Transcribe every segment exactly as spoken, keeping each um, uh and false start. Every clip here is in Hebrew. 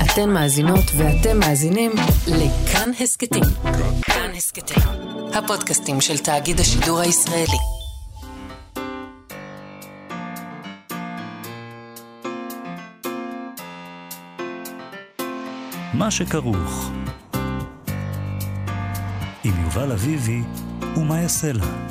אתן מאזינות ואתם מאזינים לכאן הסקטים. כאן הסקטים, הפודקאסטים של תאגיד השידור הישראלי. מה שכרוך עם יובל אביבי ומה יעשה לה.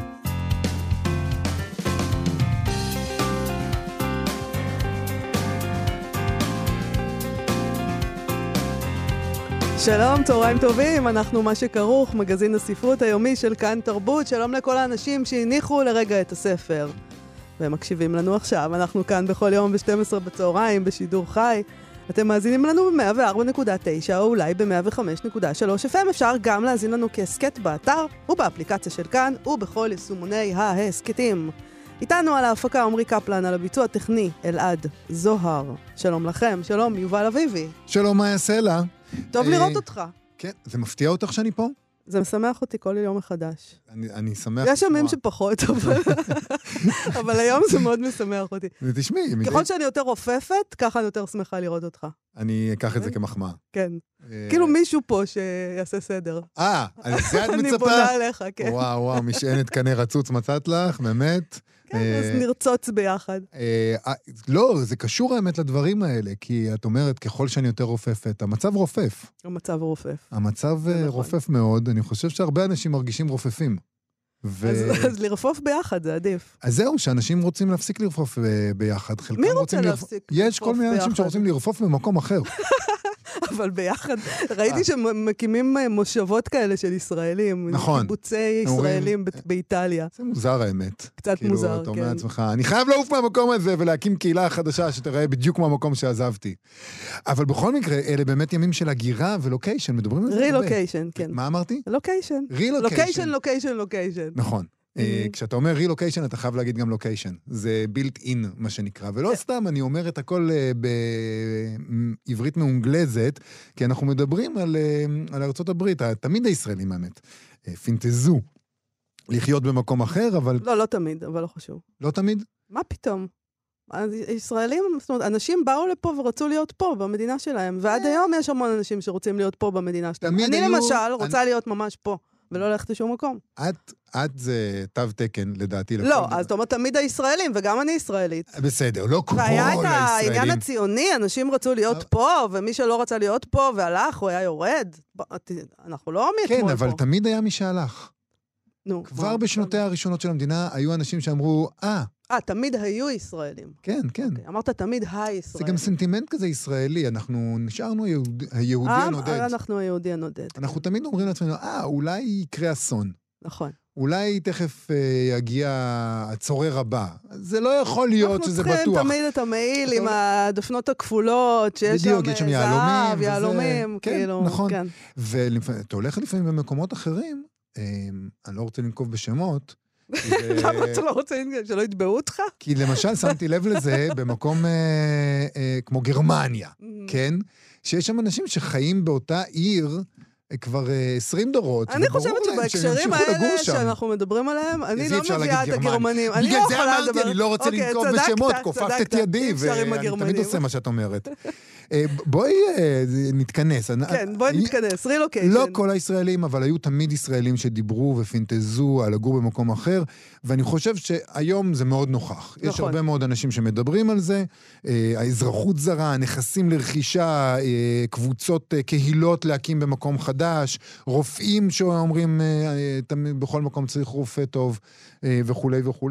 שלום, צהריים טובים, אנחנו מה שכרוך, מגזין הספרות היומי של כאן תרבות. שלום לכל האנשים שהניחו לרגע את הספר והם מקשיבים לנו עכשיו. אנחנו כאן בכל יום ב-שתים עשרה בצהריים בשידור חי. אתם מאזינים לנו ב-מאה וארבע נקודה תשע או אולי ב-מאה וחמש נקודה שלוש אף אם. אפשר גם להזין לנו כהסקט באתר ובאפליקציה של כאן ובכל יישומוני ההסקטים. איתנו על ההפקה עומרי קפלן, על הביצוע הטכני אלעד זוהר. שלום לכם, שלום יובל אביבי. שלום, מה יעשה לה? טוב לראות אותך. כן, זה מפתיע אותך שאני פה? זה משמח אותי כל יום מחדש. אני, אני שמח... יש ימים שפחות, אבל... אבל היום זה מאוד משמח אותי. תשמעי... ככל שאני יותר רופפת, ככה אני יותר שמחה לראות אותך. אני אקח את זה כמחמאה. כן. כאילו מישהו פה שיעשה סדר. אה, אז זה את מצפה? אני פונה עליך, כן. וואו, וואו, משענת קנה רצוץ מצאת לך, באמת. כן, אז נרצוץ ביחד. לא, זה קשור האמת לדברים האלה, כי את אומרת, ככל שאני יותר רופפת, המצב רופף. המצב רופף. המצב רופף מאוד, אני חושב שהרבה אנשים מרגישים רופפים. אז לרפוף ביחד, זה עדיף. אז זהו, שאנשים רוצים להפסיק לרפוף ביחד. מי רוצה להפסיק? יש כל מיני אנשים שרוצים לרפוף במקום אחר. אבל ביחד, ראיתי שמקימים מושבות כאלה של ישראלים. נכון. קיבוצי ישראלים באיטליה. זה מוזר האמת. קצת מוזר, כן. אתה אומר לעצמך, אני חייב לעוף מהמקום הזה ולהקים קהילה חדשה שתראה בדיוק כמו המקום שעזבתי. אבל בכל מקרה, אלה באמת ימים של הגירה ולוקיישן, מדברים על זה הרבה. רילוקיישן, כן. מה אמרתי? לוקיישן. רילוקיישן. לוקיישן, לוקיישן, לוקיישן. נכון. כשאתה אומר רילוקיישן, אתה חייב להגיד גם לוקיישן. זה built in, מה שנקרא. ולא סתם, אני אומר את הכל בעברית מאונגלזת, כי אנחנו מדברים על ארצות הברית, תמיד הישראלים האמת. פינטזו לחיות במקום אחר, אבל... לא, לא תמיד, אבל לא חשוב. לא תמיד? מה פתאום? ישראלים, זאת אומרת, אנשים באו לפה ורצו להיות פה במדינה שלהם, ועד היום יש המון אנשים שרוצים להיות פה במדינה שלהם. אני למשל רוצה להיות ממש פה. ולא ללכת לשום מקום. את, את זה תו תקן, לדעתי. לא, אז זאת אומרת, תמיד הישראלים, וגם אני ישראלית. בסדר, לא כל הישראלים. והיה את העניין הציוני, אנשים רצו להיות פה, ומי שלא רצה להיות פה והלך, הוא היה יורד. אנחנו לא מאתמול פה. כן, אבל תמיד היה מי שהלך. נו. כבר בשנותיה הראשונות של המדינה, היו אנשים שאמרו, אה, אה, תמיד היו ישראלים. כן, כן. Okay, אמרת תמיד הישראלים. זה גם סנטימנט כזה ישראלי, אנחנו נשארנו היהוד, היהודי הנודד. אנחנו היהודי הנודד. אנחנו תמיד אומרים לעצמנו, אה, אולי יקרה אסון. נכון. אולי תכף אה, יגיע הצורר הבא. זה לא יכול להיות שזה בטוח. אנחנו צריכים תמיד את המעיל עם הדפנות הכפולות, שיש בדיוק, שם, יש שם זהב, יהלומים. יהלומים, כן, כאילו. נכון. כן. ואתה הולך לפעמים במקומות אחרים, אה, אני לא רוצה לנקוב בשמות, למה אתה לא רוצה שלא יתבעו אותך? כי למשל שמתי לב לזה במקום אה, אה, כמו גרמניה, כן? שיש שם אנשים שחיים באותה עיר כבר עשרים דורות. אני חושבת שבהקשרים האלה שאנחנו מדברים עליהם, אני לא מביאה את הגרמנים. בגלל זה אמרתי, אני לא רוצה לנקוב בשמות, כופפת את ידי, ואני תמיד עושה מה שאת אומרת. בואי נתכנס. כן, בואי נתכנס, רילוקיישן. לא כל הישראלים, אבל היו תמיד ישראלים שדיברו ופינטזו על לגור במקום אחר, ואני חושב שהיום זה מאוד נוכח. יש הרבה מאוד אנשים שמדברים על זה, האזרחות זרה, נכסים לרכישה, קבוצות, קהילות להקים במקום חדש, רופאים שאומרים בכל מקום צריך רופא טוב וכו' וכו'.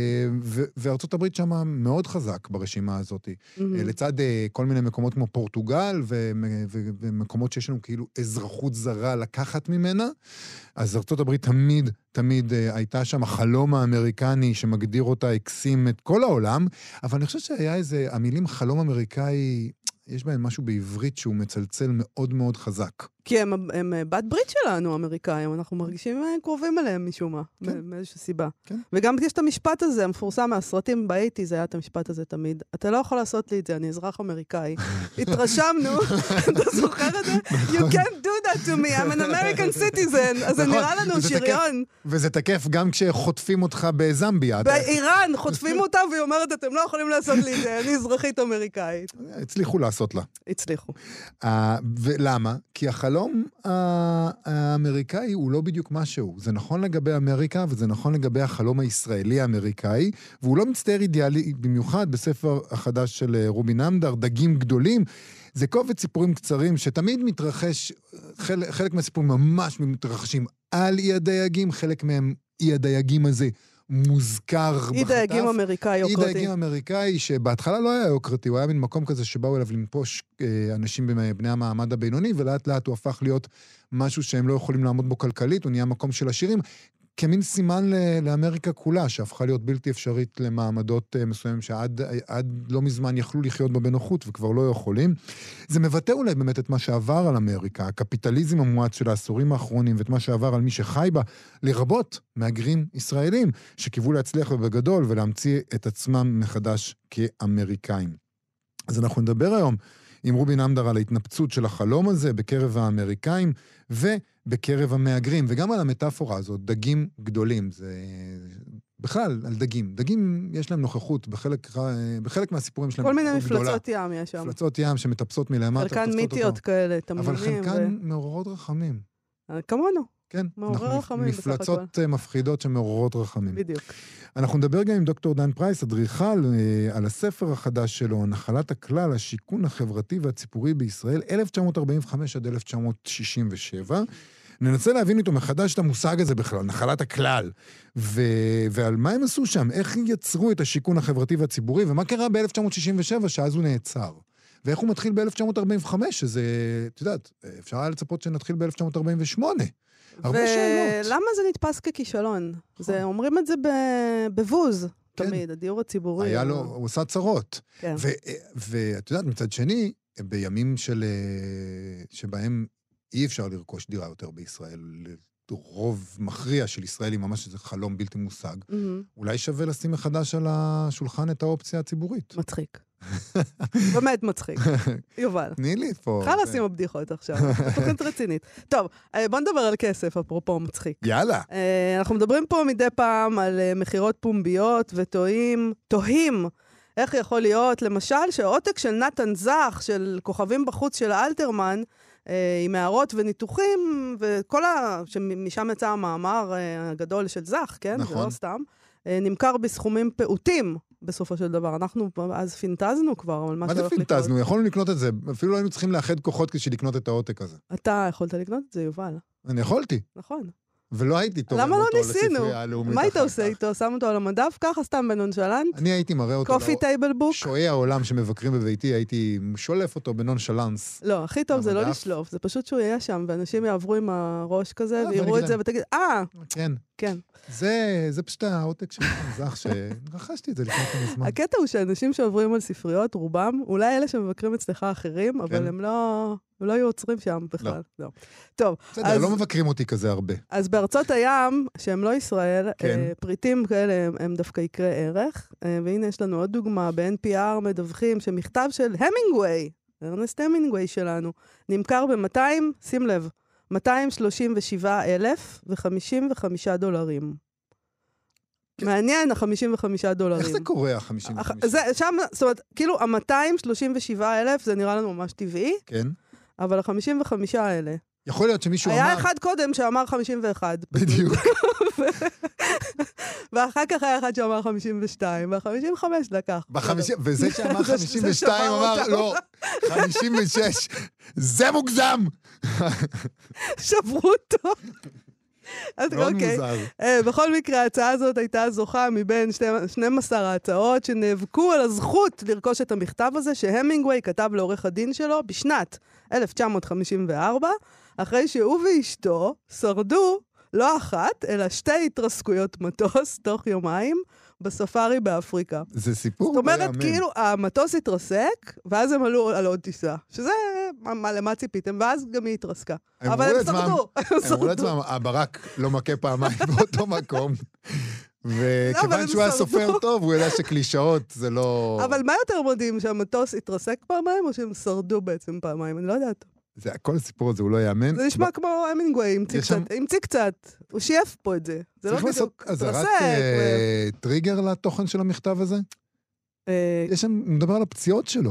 וארצות הברית שם מאוד חזק ברשימה הזאת. לצד כל מיני מקומות כמו פורטוגל ומקומות שיש לנו כאילו אזרחות זרה לקחת ממנה, אז ארצות הברית תמיד, תמיד הייתה שם החלום האמריקני שמגדיר אותה, הקסים את כל העולם, אבל אני חושב שהיה איזה, המילים חלום אמריקאי, יש בהם משהו בעברית שהוא מצלצל מאוד מאוד חזק. כי הם, הם בת ברית שלנו, אמריקאים, אנחנו מרגישים קרובים אליהם משום מה, כן. מאיזושהי סיבה. כן. וגם יש את המשפט הזה, המפורסם מהסרטים באייטיז, זה היה את המשפט הזה תמיד. אתה לא יכול לעשות לי את זה, אני אזרח אמריקאי. התרשמנו, אתה זוכר את זה? You can't do that to me, I'm an American citizen. אז זה נראה לנו שריון. וזה תקף גם כשחוטפים אותך בזמביה. באיראן, חוטפים אותה והיא אומרת, אתם לא יכולים לעשות לי את זה, אני אזרחית אמריקאית. הצליחו לעשות לה. הצליחו. Uh, ולמה? כי החלום uh, האמריקאי הוא לא בדיוק משהו. זה נכון לגבי אמריקה, וזה נכון לגבי החלום הישראלי-האמריקאי, והוא לא מצטער אידיאלי במיוחד בספר החדש של רובין אמדר, דגים גדולים. זה קובץ סיפורים קצרים שתמיד מתרחש, חלק, חלק מהסיפורים ממש מתרחשים על אי הדייגים, חלק מהם אי הדייגים הזה מוזכר בחטף. אי דייגים אמריקאי יוקרתי. אי דייגים אמריקאי, שבהתחלה לא היה יוקרתי, הוא היה מין מקום כזה שבאו אליו לנפוש אנשים בני המעמד הבינוני, ולאט לאט הוא הפך להיות משהו שהם לא יכולים לעמוד בו כלכלית, הוא נהיה מקום של עשירים, כמין סימן לאמריקה כולה, שהפכה להיות בלתי אפשרית למעמדות מסוימים, שעד עד לא מזמן יכלו לחיות בה בנוחות, וכבר לא יכולים. זה מבטא אולי באמת את מה שעבר על אמריקה, הקפיטליזם המועט של העשורים האחרונים, ואת מה שעבר על מי שחי בה, לרבות מהגרים ישראלים, שקיוו להצליח בגדול, ולהמציא את עצמם מחדש כאמריקאים. אז אנחנו נדבר היום עם רובין אמדר על ההתנפצות של החלום הזה, בקרב האמריקאים, ו... בקרב המאגרים, וגם על המטאפורה הזאת, דגים גדולים, זה בכלל על דגים. דגים יש להם נוכחות, בחלק, בחלק מהסיפורים שלהם כל מיני מפלצות ים יש שם. מפלצות ים שמטפסות מלמטה. חלקן מיתיות כאלה, תמלונים. אבל חלקן ו... מעוררות רחמים. כמונו. כן, מעורר רחמים. מפלצות מפחידות שמעוררות רחמים. בדיוק. אנחנו נדבר גם עם דוקטור דן פרייס, אדריכל, על הספר החדש שלו, נחלת הכלל, השיכון החברתי והציבורי בישראל, אלף תשע מאות ארבעים וחמש עד אלף תשע מאות שישים ושבע. ננסה להבין איתו מחדש את המושג הזה בכלל, נחלת הכלל, ו... ועל מה הם עשו שם, איך יצרו את השיכון החברתי והציבורי, ומה קרה ב-אלף תשע מאות שישים ושבע, שאז הוא נעצר. ואיך הוא מתחיל ב-אלף תשע מאות ארבעים וחמש, שזה, את יודעת, אפשר היה לצפות שנתחיל ב-אלף תשע מאות ארבעים ושמונה. הרבה שאלות. ולמה זה נתפס ככישלון? זה, אומרים את זה בבוז, תמיד, הדיור הציבורי. היה לו, הוא עושה צרות. כן. ואת יודעת, מצד שני, בימים של, שבהם אי אפשר לרכוש דירה יותר בישראל, רוב מכריע של ישראלים, ממש שזה חלום בלתי מושג, אולי שווה לשים מחדש על השולחן את האופציה הציבורית. מצחיק. באמת מצחיק. יובל. תני לי פה. חל לשים הבדיחות עכשיו. תוכנית רצינית. טוב, בוא נדבר על כסף, אפרופו מצחיק. יאללה. אנחנו מדברים פה מדי פעם על מחירות פומביות ותוהים, תוהים, איך יכול להיות, למשל, שהעותק של נתן זך, של כוכבים בחוץ של אלתרמן, עם הערות וניתוחים, וכל ה... שמשם יצא המאמר הגדול של זך, כן? נכון. זה לא סתם. נמכר בסכומים פעוטים, בסופו של דבר. אנחנו אז פינטזנו כבר, אבל מה מה זה פינטזנו? יכולנו לקנות את זה. אפילו לא היינו צריכים לאחד כוחות כדי לקנות את העותק הזה. אתה יכולת לקנות את זה, יובל. אני יכולתי. נכון. ולא הייתי טוב. למה לא ניסינו? מה היית עושה איתו? שם אותו על המדף ככה, סתם בנונשלנט? אני הייתי מראה אותו. קופי טייבל בוק? שועי העולם שמבקרים בביתי, הייתי שולף אותו בנונשלנס. לא, הכי טוב זה לא לשלוף, זה פשוט שהוא יהיה שם, ואנשים יעברו עם הראש כזה, ויראו את זה ותגיד, אה! כן. כן. זה, זה פשוט העותק של זך, שרכשתי את זה לפני כמה זמן. הקטע הוא שאנשים שעוברים על ספריות, רובם, אולי אלה שמבקרים אצלך אחרים, אבל הם לא... ולא היו עוצרים שם בכלל. לא. טוב. בסדר, לא מבקרים אותי כזה הרבה. אז בארצות הים, שהם לא ישראל, פריטים כאלה הם דווקא יקרי ערך, והנה יש לנו עוד דוגמה, ב-אן פי אר מדווחים שמכתב של המינגווי, ארנסט המינגווי שלנו, נמכר ב-מאתיים, שים לב, מאתיים שלושים ושבעה אלף וחמישים וחמישה דולרים. מעניין, ה-חמישים וחמישה דולרים. איך זה קורה, ה-חמישים וחמישה? זה, שם, זאת אומרת, כאילו, ה-מאתיים שלושים ושבעה אלף, זה נראה לנו ממש טבעי. כן. אבל ה-חמישים וחמישה האלה. יכול להיות שמישהו אמר... היה אחד קודם שאמר חמישים ואחת. בדיוק. ואחר כך היה אחד שאמר חמישים ושתיים, וה-חמישים וחמש לקח. וזה שאמר חמישים ושתיים אמר, לא, חמישים ושש, זה מוגזם! שברו אותו. אז אוקיי, בכל מקרה ההצעה הזאת הייתה זוכה מבין שתים עשרה ההצעות שנאבקו על הזכות לרכוש את המכתב הזה שהמינגווי כתב לעורך הדין שלו בשנת אלף תשע מאות חמישים וארבע, אחרי שהוא ואשתו שרדו לא אחת, אלא שתי התרסקויות מטוס תוך יומיים בספארי באפריקה. זה סיפור. זאת אומרת, כאילו, המטוס התרסק, ואז הם עלו על עוד טיסה. שזה, מה, למה ציפיתם? ואז גם היא התרסקה. אבל הם שרדו. הם אמרו לעצמם, הברק לא מכה פעמיים באותו מקום. וכיוון שהוא היה סופר טוב, הוא יודע שקלישאות זה לא... אבל מה יותר מדהים, שהמטוס התרסק פעמיים, או שהם שרדו בעצם פעמיים? אני לא יודעת. זה, כל הסיפור הזה הוא לא יאמן. זה נשמע כמו המינגווי, המציא קצת. הוא שייף פה את זה. זה לא בדיוק. אז זה רק טריגר לתוכן של המכתב הזה? יש שם, הוא מדבר על הפציעות שלו.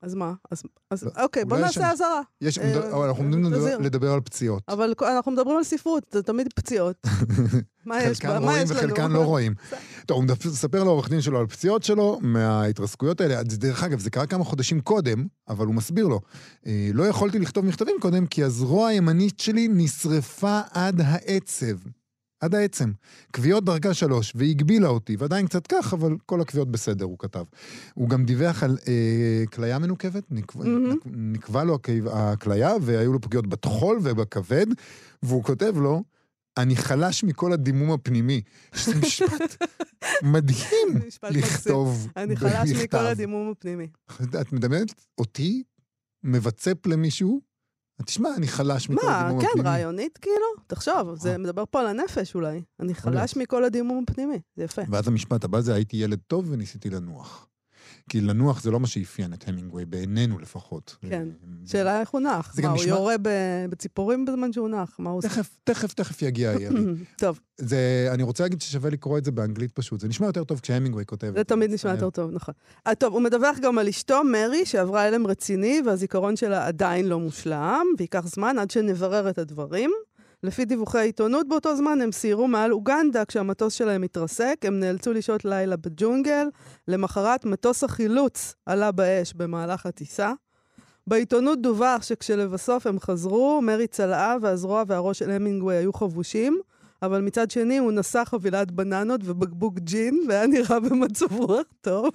אז מה? אז, אז אוקיי, בוא נעשה עזרה. יש, אבל אנחנו עומדים לדבר על פציעות. אבל אנחנו מדברים על ספרות, זה תמיד פציעות. מה יש חלקן רואים וחלקן לא רואים. טוב, הוא מספר לעורך דין שלו על פציעות שלו, מההתרסקויות האלה. דרך אגב, זה קרה כמה חודשים קודם, אבל הוא מסביר לו. לא יכולתי לכתוב מכתבים קודם, כי הזרוע הימנית שלי נשרפה עד העצב. עד העצם. קביעות דרגה שלוש, והיא הגבילה אותי, ועדיין קצת כך, אבל כל הקביעות בסדר, הוא כתב. הוא גם דיווח על אה, כליה מנוקבת, נקבע, mm-hmm. נקבע לו הכליה, והיו לו פגיעות בתחול ובכבד, והוא כותב לו, אני חלש מכל הדימום הפנימי. זה משפט מדהים לכתוב במכתב. אני חלש מכל הדימום הפנימי. את מדמיינת אותי מבצפ למישהו, תשמע, אני חלש מכל הדימום הפנימי. מה, כן, רעיונית כאילו? תחשוב, זה מדבר פה על הנפש אולי. אני חלש מכל הדימום הפנימי, זה יפה. ואז המשפט הבא זה, הייתי ילד טוב וניסיתי לנוח. כי לנוח זה לא מה שאפיין את המינגווי, בעינינו לפחות. כן, שאלה איך הוא נח. מה, הוא יורה בציפורים בזמן שהוא נח? תכף, תכף, תכף יגיע הירי. טוב. אני רוצה להגיד ששווה לקרוא את זה באנגלית פשוט. זה נשמע יותר טוב כשהמינגווי כותב. זה תמיד נשמע יותר טוב, נכון. טוב, הוא מדווח גם על אשתו, מרי, שעברה אלם רציני, והזיכרון שלה עדיין לא מושלם, ויקח זמן עד שנברר את הדברים. לפי דיווחי העיתונות באותו זמן, הם סיירו מעל אוגנדה כשהמטוס שלהם התרסק, הם נאלצו לשהות לילה בג'ונגל, למחרת מטוס החילוץ עלה באש במהלך הטיסה. בעיתונות דווח שכשלבסוף הם חזרו, מרי צלעה והזרוע והראש של המינגווי היו חבושים, אבל מצד שני הוא נשא חבילת בננות ובקבוק ג'ין, והיה נראה במצב רוח טוב.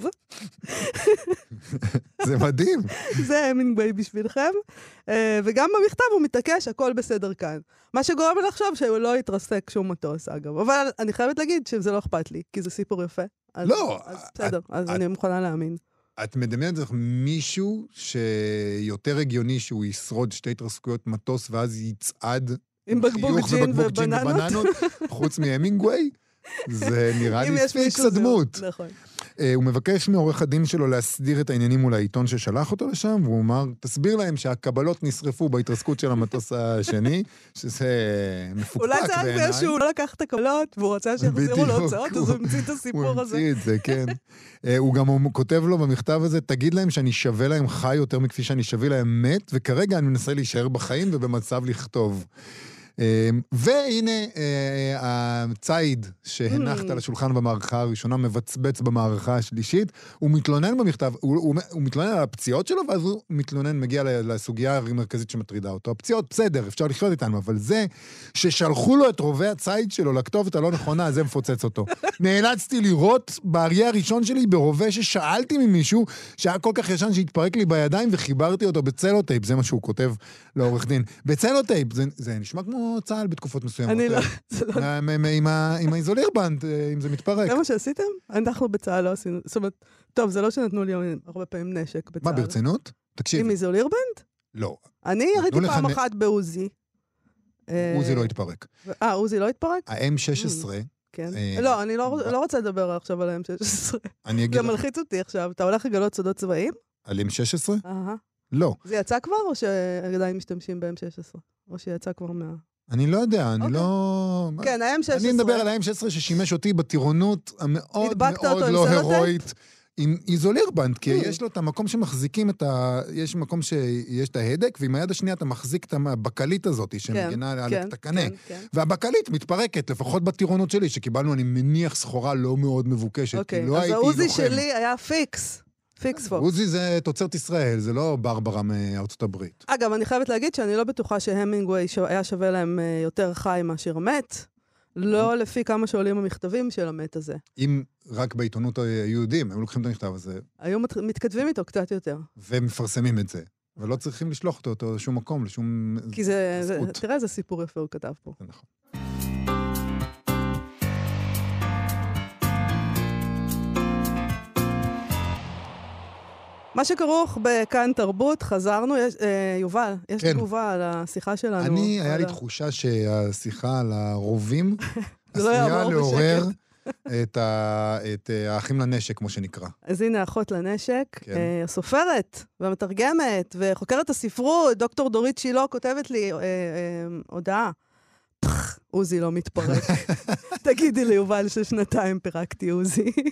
זה מדהים. זה המינגווי בשבילכם. וגם במכתב הוא מתעקש, הכל בסדר כאן. מה שגורם לי לחשוב שהוא לא יתרסק שום מטוס, אגב. אבל אני חייבת להגיד שזה לא אכפת לי, כי זה סיפור יפה. לא. אז בסדר, אז אני מוכנה להאמין. את מדמיינת לך מישהו שיותר הגיוני שהוא ישרוד שתי התרסקויות מטוס, ואז יצעד עם בקבוק ג'ין ובננות, חוץ מהמינגווי, זה נראה לי פיקס הדמות. נכון. הוא מבקש מעורך הדין שלו להסדיר את העניינים מול העיתון ששלח אותו לשם, והוא אמר, תסביר להם שהקבלות נשרפו בהתרסקות של המטוס השני, שזה מפוקפק בעיניי. אולי זה רק שהוא לא לקח את הקבלות, והוא רצה שיחזירו לו הוצאות, אז הוא המציא את הסיפור הזה. הוא המציא את זה, כן. הוא גם כותב לו במכתב הזה, תגיד להם שאני שווה להם חי יותר מכפי שאני שווה להם מת, וכרגע אני מנסה להישאר בחיים ובמצב לכתוב. והנה הצייד שהנחת על השולחן במערכה הראשונה מבצבץ במערכה השלישית, הוא מתלונן במכתב, הוא מתלונן על הפציעות שלו, ואז הוא מתלונן, מגיע לסוגיה המרכזית שמטרידה אותו. הפציעות בסדר, אפשר לחיות איתנו, אבל זה ששלחו לו את רובי הצייד שלו לכתובת הלא נכונה, זה מפוצץ אותו. נאלצתי לראות באריה הראשון שלי ברובה ששאלתי ממישהו שהיה כל כך ישן שהתפרק לי בידיים וחיברתי אותו בצלוטייפ, זה מה שהוא כותב לעורך דין. בצלוטייפ, זה נשמע כמו צהל בתקופות מסוימות. אני לא... עם האיזולירבנד, אם זה מתפרק. זה מה שעשיתם? אנחנו בצהל לא עשינו. זאת אומרת, טוב, זה לא שנתנו לי הרבה פעמים נשק בצהל. מה, ברצינות? תקשיב. עם איזולירבנד? לא. אני יריתי פעם אחת בעוזי. עוזי לא התפרק. אה, עוזי לא התפרק? ה-אם שש עשרה. כן. לא, אני לא רוצה לדבר עכשיו על ה-אם שש עשרה. זה מלחיץ אותי עכשיו. אתה הולך לגלות סודות צבאיים? על אם שש עשרה? אהה. לא. זה יצא כבר, או שעדיין משתמשים ב-אם שש עשרה? או שיצא כבר מה... אני לא יודע, אני לא... כן, ה-אם שש עשרה. אני מדבר על ה-אם שש עשרה ששימש אותי בטירונות המאוד מאוד לא הרואית, עם איזולירבנד, כי יש לו את המקום שמחזיקים את ה... יש מקום שיש את ההדק, ועם היד השנייה אתה מחזיק את הבקלית הזאת, שמגנה על את הקנה. והבקלית מתפרקת, לפחות בטירונות שלי, שקיבלנו, אני מניח, סחורה לא מאוד מבוקשת. אוקיי, אז העוזי שלי היה פיקס. פיקס פוקס. עוזי זה תוצרת ישראל, זה לא ברברה מארצות הברית. אגב, אני חייבת להגיד שאני לא בטוחה שהמינגווי היה שווה להם יותר חי מאשר מת, לא לפי כמה שעולים המכתבים של המת הזה. אם רק בעיתונות היהודים, הם לוקחים את המכתב הזה. היו מתכתבים איתו קצת יותר. ומפרסמים את זה. ולא צריכים לשלוח אותו לשום מקום, לשום... כי זה, תראה איזה סיפור יפה הוא כתב פה. זה נכון. מה שכרוך בכאן תרבות, חזרנו, יש, אה, יובל, יש כן. תגובה על השיחה שלנו. אני, היה לי תחושה שהשיחה על הרובים, עשויה לעורר את, ה, את האחים לנשק, כמו שנקרא. אז הנה, אחות לנשק, כן. אה, הסופרת והמתרגמת, וחוקרת הספרות, דוקטור דורית שילה, כותבת לי אה, אה, הודעה, פח, עוזי לא מתפרק. תגידי לי, יובל, ששנתיים פירקתי עוזי.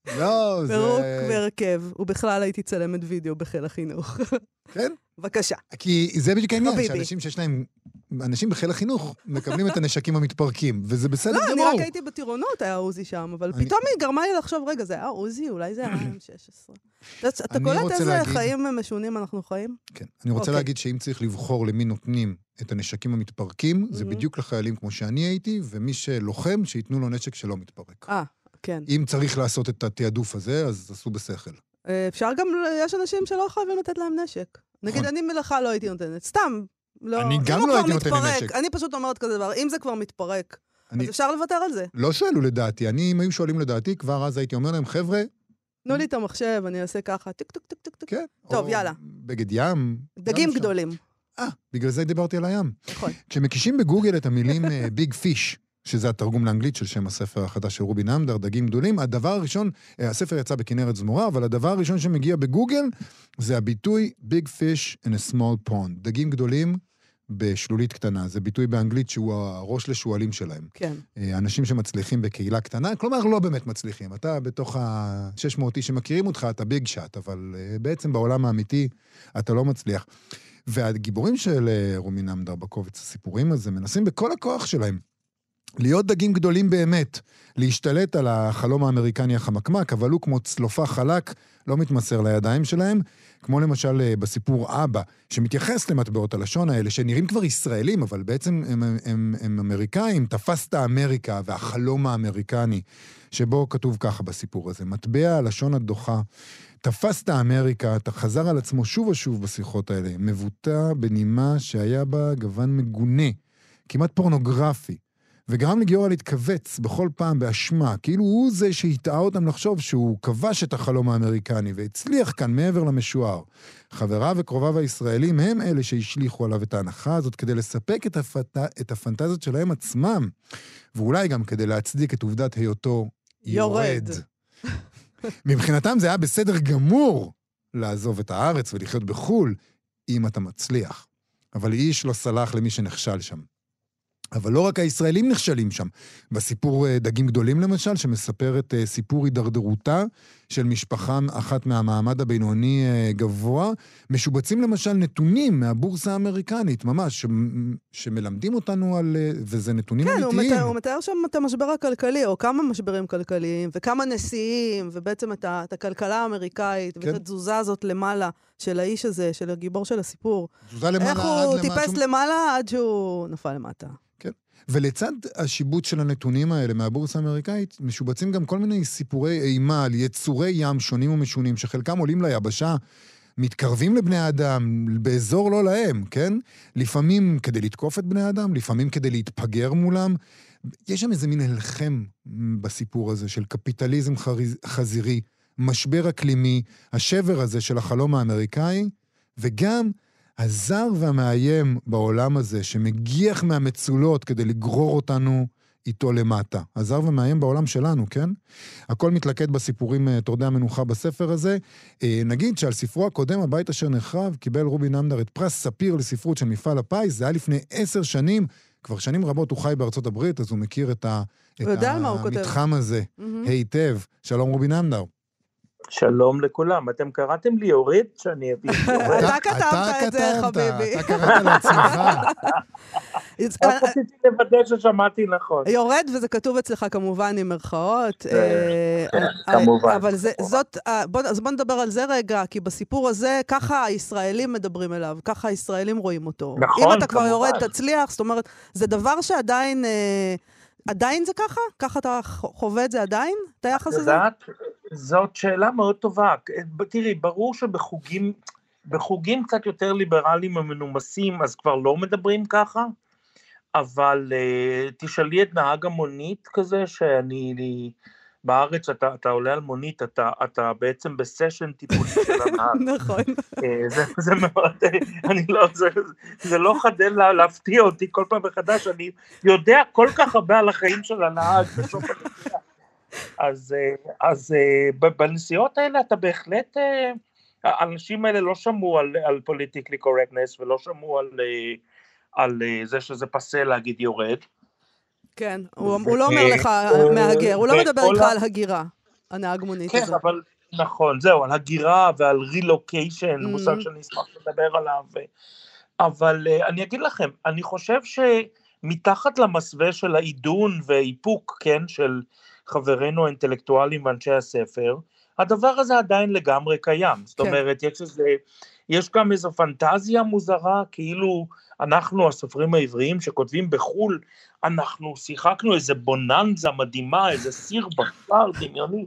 לא, זה... פירוק והרכב, ובכלל הייתי צלמת וידאו בחיל החינוך. כן? בבקשה. כי זה בדיוק העניין, חביבי. שאנשים שיש להם, אנשים בחיל החינוך מקבלים את הנשקים המתפרקים, וזה בסדר לא, אני גמור. רק הייתי בטירונות, היה עוזי שם, אבל אני- פתאום היא גרמה לי לחשוב, רגע, זה היה עוזי? אולי זה היה אם שש עשרה. אתה אתה אני קולט רוצה איזה להגיד- חיים משונים אנחנו חיים? כן. אני רוצה אוקיי. להגיד שאם צריך לבחור למי נותנים את הנשקים המתפרקים, זה מהמם. בדיוק לחיילים כמו שאני הייתי, ומי שלוחם, שיתנו לו נשק שלא מתפרק. אה, כן. אם צריך לעשות את התיעדוף הזה, אז עשו בשכל. אה, אפשר גם, יש אנשים שלא חייבים לתת להם נשק. נגיד, אני מלאכה לא הייתי נותנת, סתם. לא, אני אם גם הוא לא כבר הייתי נותן לי מתפרק, נשק. אני פשוט אומרת כזה דבר, אם זה כבר מתפרק, אני- אז אפשר לוותר על זה. לא שאלו לדעתי, אני, אם היו שואלים לדעתי, כבר אז הייתי אומר להם, חבר'ה, תנו לי את המחשב, אני אעשה ככה, טיק טוק טוק טוק טוק. כן. טוב, או יאללה. בגד ים. דגים גם אפשר. גדולים. אה, בגלל זה דיברתי על הים. נכון. כשמקישים בגוגל את המילים ביג פיש, שזה התרגום לאנגלית של שם הספר החדש של רובי נמדר, דגים גדולים, הדבר הראשון, הספר יצא בכנרת זמורה, אבל הדבר הראשון שמגיע בגוגל, זה הביטוי big fish in a small pond. דגים גדולים בשלולית קטנה. זה ביטוי באנגלית שהוא הראש לשואלים שלהם. כן. אנשים שמצליחים בקהילה קטנה, כלומר לא באמת מצליחים. אתה בתוך ה-שש מאות איש שמכירים אותך, אתה ביג שאט, אבל בעצם בעולם האמיתי אתה לא מצליח. והגיבורים של רובי נמדר בקובץ הסיפורים הזה, מנסים בכל הכוח שלהם להיות דגים גדולים באמת, להשתלט על החלום האמריקני החמקמק, אבל הוא כמו צלופה חלק, לא מתמסר לידיים שלהם, כמו למשל בסיפור אבא, שמתייחס למטבעות הלשון האלה, שנראים כבר ישראלים, אבל בעצם הם, הם, הם, הם אמריקאים, תפסת אמריקה והחלום האמריקני, שבו כתוב ככה בסיפור הזה, מטבע הלשון הדוחה, תפסת אמריקה, אתה חזר על עצמו שוב ושוב בשיחות האלה, מבוטא בנימה שהיה בה גוון מגונה, כמעט פורנוגרפי, וגרם לגיורא להתכווץ בכל פעם באשמה, כאילו הוא זה שהטעה אותם לחשוב שהוא כבש את החלום האמריקני, והצליח כאן מעבר למשוער. חבריו וקרוביו הישראלים הם אלה שהשליחו עליו את ההנחה הזאת, כדי לספק את, הפת... את הפנטזיות שלהם עצמם, ואולי גם כדי להצדיק את עובדת היותו יורד. יורד. מבחינתם זה היה בסדר גמור לעזוב את הארץ ולחיות בחול, אם אתה מצליח. אבל איש לא סלח למי שנכשל שם. אבל לא רק הישראלים נכשלים שם. בסיפור דגים גדולים למשל, שמספר את סיפור הידרדרותה של משפחה אחת מהמעמד הבינוני גבוה, משובצים למשל נתונים מהבורסה האמריקנית, ממש, ש... שמלמדים אותנו על... וזה נתונים כן, אמיתיים. הוא מתאר, הוא מתאר שם את המשבר הכלכלי, או כמה משברים כלכליים, וכמה נשיאים, ובעצם את, ה... את הכלכלה האמריקאית, כן. ואת התזוזה הזאת למעלה של האיש הזה, של הגיבור של הסיפור. תזוזה למעלה איך עד הוא למה טיפס שהוא... למעלה עד שהוא נפל למטה. כן. ולצד השיבוט של הנתונים האלה מהבורסה האמריקאית, משובצים גם כל מיני סיפורי אימה על יצורי ים שונים ומשונים, שחלקם עולים ליבשה, מתקרבים לבני האדם, באזור לא להם, כן? לפעמים כדי לתקוף את בני האדם, לפעמים כדי להתפגר מולם. יש שם איזה מין הלחם בסיפור הזה של קפיטליזם חזירי, משבר אקלימי, השבר הזה של החלום האמריקאי, וגם הזר והמאיים בעולם הזה, שמגיח מהמצולות כדי לגרור אותנו איתו למטה. הזר ומאיים בעולם שלנו, כן? הכל מתלכד בסיפורים תורדי המנוחה בספר הזה. נגיד שעל ספרו הקודם, הבית אשר נחרב, קיבל רובי נמדר את פרס ספיר לספרות של מפעל הפיס, זה היה לפני עשר שנים, כבר שנים רבות הוא חי בארצות הברית, אז הוא מכיר את, ה, את המתחם הזה היטב. שלום רובי נמדר. שלום לכולם. אתם קראתם לי יורד שאני אביא יורד? אתה כתבת את זה, חביבי. אתה קראת לעצמך. רק רציתי לוודא ששמעתי נכון. יורד, וזה כתוב אצלך כמובן עם מרכאות. כמובן. אבל זאת, אז בוא נדבר על זה רגע, כי בסיפור הזה, ככה הישראלים מדברים אליו, ככה הישראלים רואים אותו. נכון, אם אתה כבר יורד, תצליח, זאת אומרת, זה דבר שעדיין... עדיין זה ככה? ככה אתה חווה את זה עדיין? את היחס הזה? זאת שאלה מאוד טובה. תראי, ברור שבחוגים, בחוגים קצת יותר ליברליים ומנומסים, אז כבר לא מדברים ככה, אבל uh, תשאלי את נהג המונית כזה, שאני, בארץ אתה, אתה עולה על מונית, אתה, אתה בעצם בסשן טיפולי של הנהג. נכון. זה, זה מאוד, אני לא, זה, זה לא חדל לה, להפתיע אותי כל פעם מחדש, אני יודע כל כך הרבה על החיים של הנהג בסוף הנסיעה. אז, אז בנסיעות האלה אתה בהחלט, האנשים האלה לא שמעו על, על politically correctness, ולא שמעו על, על זה שזה פסה להגיד יורד. כן, הוא, הוא לא אומר לך מהגר, הוא לא מדבר איתך על הגירה. הנהג מונית כן, הזה. כן, אבל נכון, זהו, על הגירה ועל רילוקיישן, mm-hmm. מושג שאני אשמח לדבר עליו. אבל uh, אני אגיד לכם, אני חושב שמתחת למסווה של העידון ואיפוק, כן, של חברינו האינטלקטואלים ואנשי הספר, הדבר הזה עדיין לגמרי קיים. זאת כן. אומרת, יש, איזה, יש גם איזו פנטזיה מוזרה, כאילו אנחנו, הסופרים העבריים שכותבים בחול, אנחנו שיחקנו איזה בוננזה מדהימה, איזה סיר בשר דמיוני,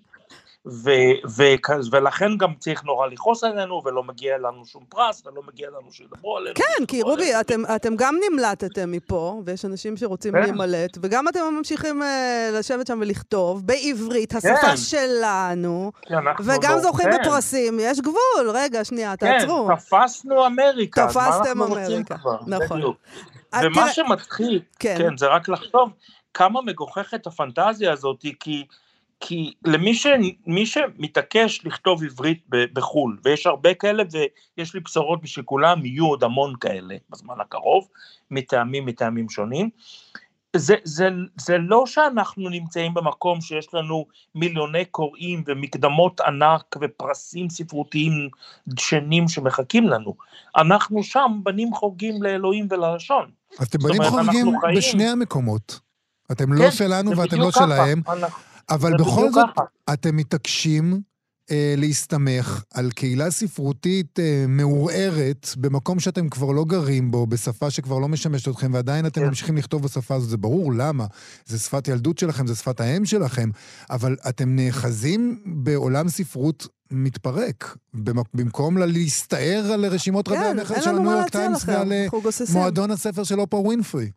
ו- ו- ולכן גם צריך נורא לכעוס עלינו, ולא מגיע לנו שום פרס, ולא מגיע לנו שידברו עלינו. כן, כי רובי, אתם, אתם גם נמלטתם מפה, ויש אנשים שרוצים כן. להימלט, וגם אתם ממשיכים uh, לשבת שם ולכתוב, בעברית, השפה כן. שלנו, וגם לא, זוכים כן. בפרסים, יש גבול, רגע, שנייה, כן, תעצרו. כן, תפסנו אמריקה, תפסתם אמריקה, נכון. ומה שמתחיל, כן. כן, זה רק לחשוב, כמה מגוחכת הפנטזיה הזאת, כי כי למי ש, מי שמתעקש לכתוב עברית בחול, ויש הרבה כאלה, ויש לי בשורות בשכולם, יהיו עוד המון כאלה בזמן הקרוב, מטעמים, מטעמים שונים, זה, זה, זה לא שאנחנו נמצאים במקום שיש לנו מיליוני קוראים, ומקדמות ענק, ופרסים ספרותיים דשנים שמחכים לנו, אנחנו שם בנים חורגים לאלוהים וללשון. אז אתם בנים חורגים בשני המקומות, אתם לא שלנו ואתם לא שלהם, אבל בכל זאת, אתם מתעקשים אה, להסתמך על קהילה ספרותית אה, מעורערת, במקום שאתם כבר לא גרים בו, בשפה שכבר לא משמשת אתכם, ועדיין אתם ממשיכים לכתוב בשפה הזאת, זה ברור למה, זה שפת ילדות שלכם, זה שפת האם שלכם, אבל אתם נאחזים בעולם ספרות מתפרק, במקום להסתער על רשימות רבי המכר של הניו יורק טיימס, ועל מועדון הספר של אופרה ווינפרי.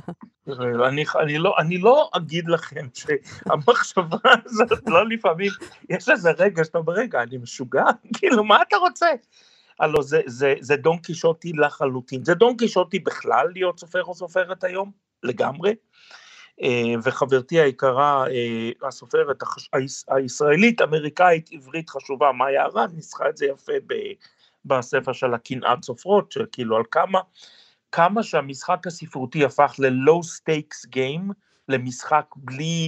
אני, אני, לא, אני לא אגיד לכם שהמחשבה הזאת לא לפעמים, יש איזה רגע שאתה ברגע, אני משוגע, כאילו מה אתה רוצה? הלוא זה, זה, זה דון קישוטי לחלוטין, זה דון קישוטי בכלל להיות סופר או סופרת היום, לגמרי, וחברתי היקרה, הסופרת הישראלית, אמריקאית, עברית חשובה, מאיה ארד, ניסחה את זה יפה בספר של הקנאת סופרות, שכאילו על כמה, כמה שהמשחק הספרותי הפך ל-low stakes game, למשחק בלי,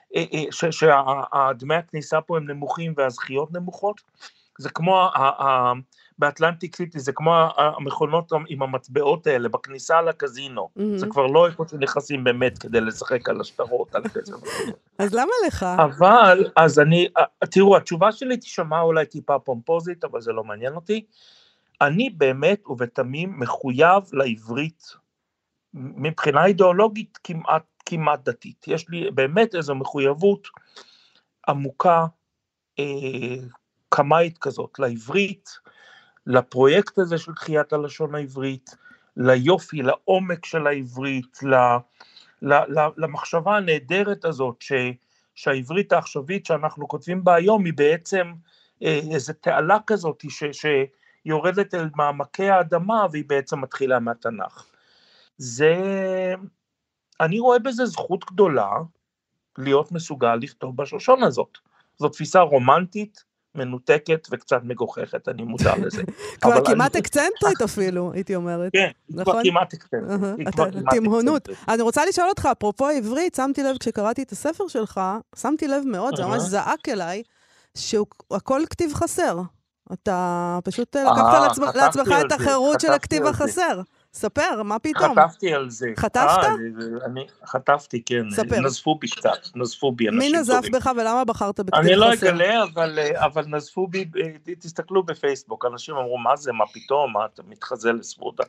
שהדמי הכניסה פה הם נמוכים והזכיות נמוכות, זה כמו, באטלנטיק סיטי, זה כמו המכונות עם המטבעות האלה, בכניסה לקזינו, זה כבר לא איפה שנכנסים באמת כדי לשחק על השטרות, על הכסף. אז למה לך? אבל, אז אני, תראו, התשובה שלי תשמע אולי טיפה פומפוזית, אבל זה לא מעניין אותי, אני באמת ובתמים מחויב לעברית, מבחינה אידיאולוגית כמעט, כמעט דתית, יש לי באמת איזו מחויבות עמוקה, אה, קמאית כזאת, לעברית, לפרויקט הזה של תחיית הלשון העברית, ליופי, לעומק של העברית, ל, ל, ל, למחשבה הנהדרת הזאת, ש, שהעברית העכשווית שאנחנו כותבים בה היום, היא בעצם אה, איזו תעלה כזאת, ש, שיורדת אל מעמקי האדמה, והיא בעצם מתחילה מהתנ"ך. זה, אני רואה בזה זכות גדולה, להיות מסוגל לכתוב בשושון הזאת. זו תפיסה רומנטית, מנותקת וקצת מגוחכת, אני מודע לזה. כבר כמעט אקצנטרית אפילו, הייתי אומרת. כן, כבר כמעט אקצנטרית. תימהונות. אני רוצה לשאול אותך, אפרופו העברית, שמתי לב, כשקראתי את הספר שלך, שמתי לב מאוד, זה ממש זעק אליי, שהכל כתיב חסר. אתה פשוט לקחת לעצמך את החירות של הכתיב החסר. ספר, מה פתאום? חטפתי על זה. חטפת? אני חטפתי, כן. ספר. נזפו בי קצת, נזפו בי אנשים טובים. מי נזף בך ולמה בחרת בכתיב חסר? אני לא אגלה, אבל נזפו בי, תסתכלו בפייסבוק, אנשים אמרו, מה זה, מה פתאום, מה אתה מתחזה לספרות.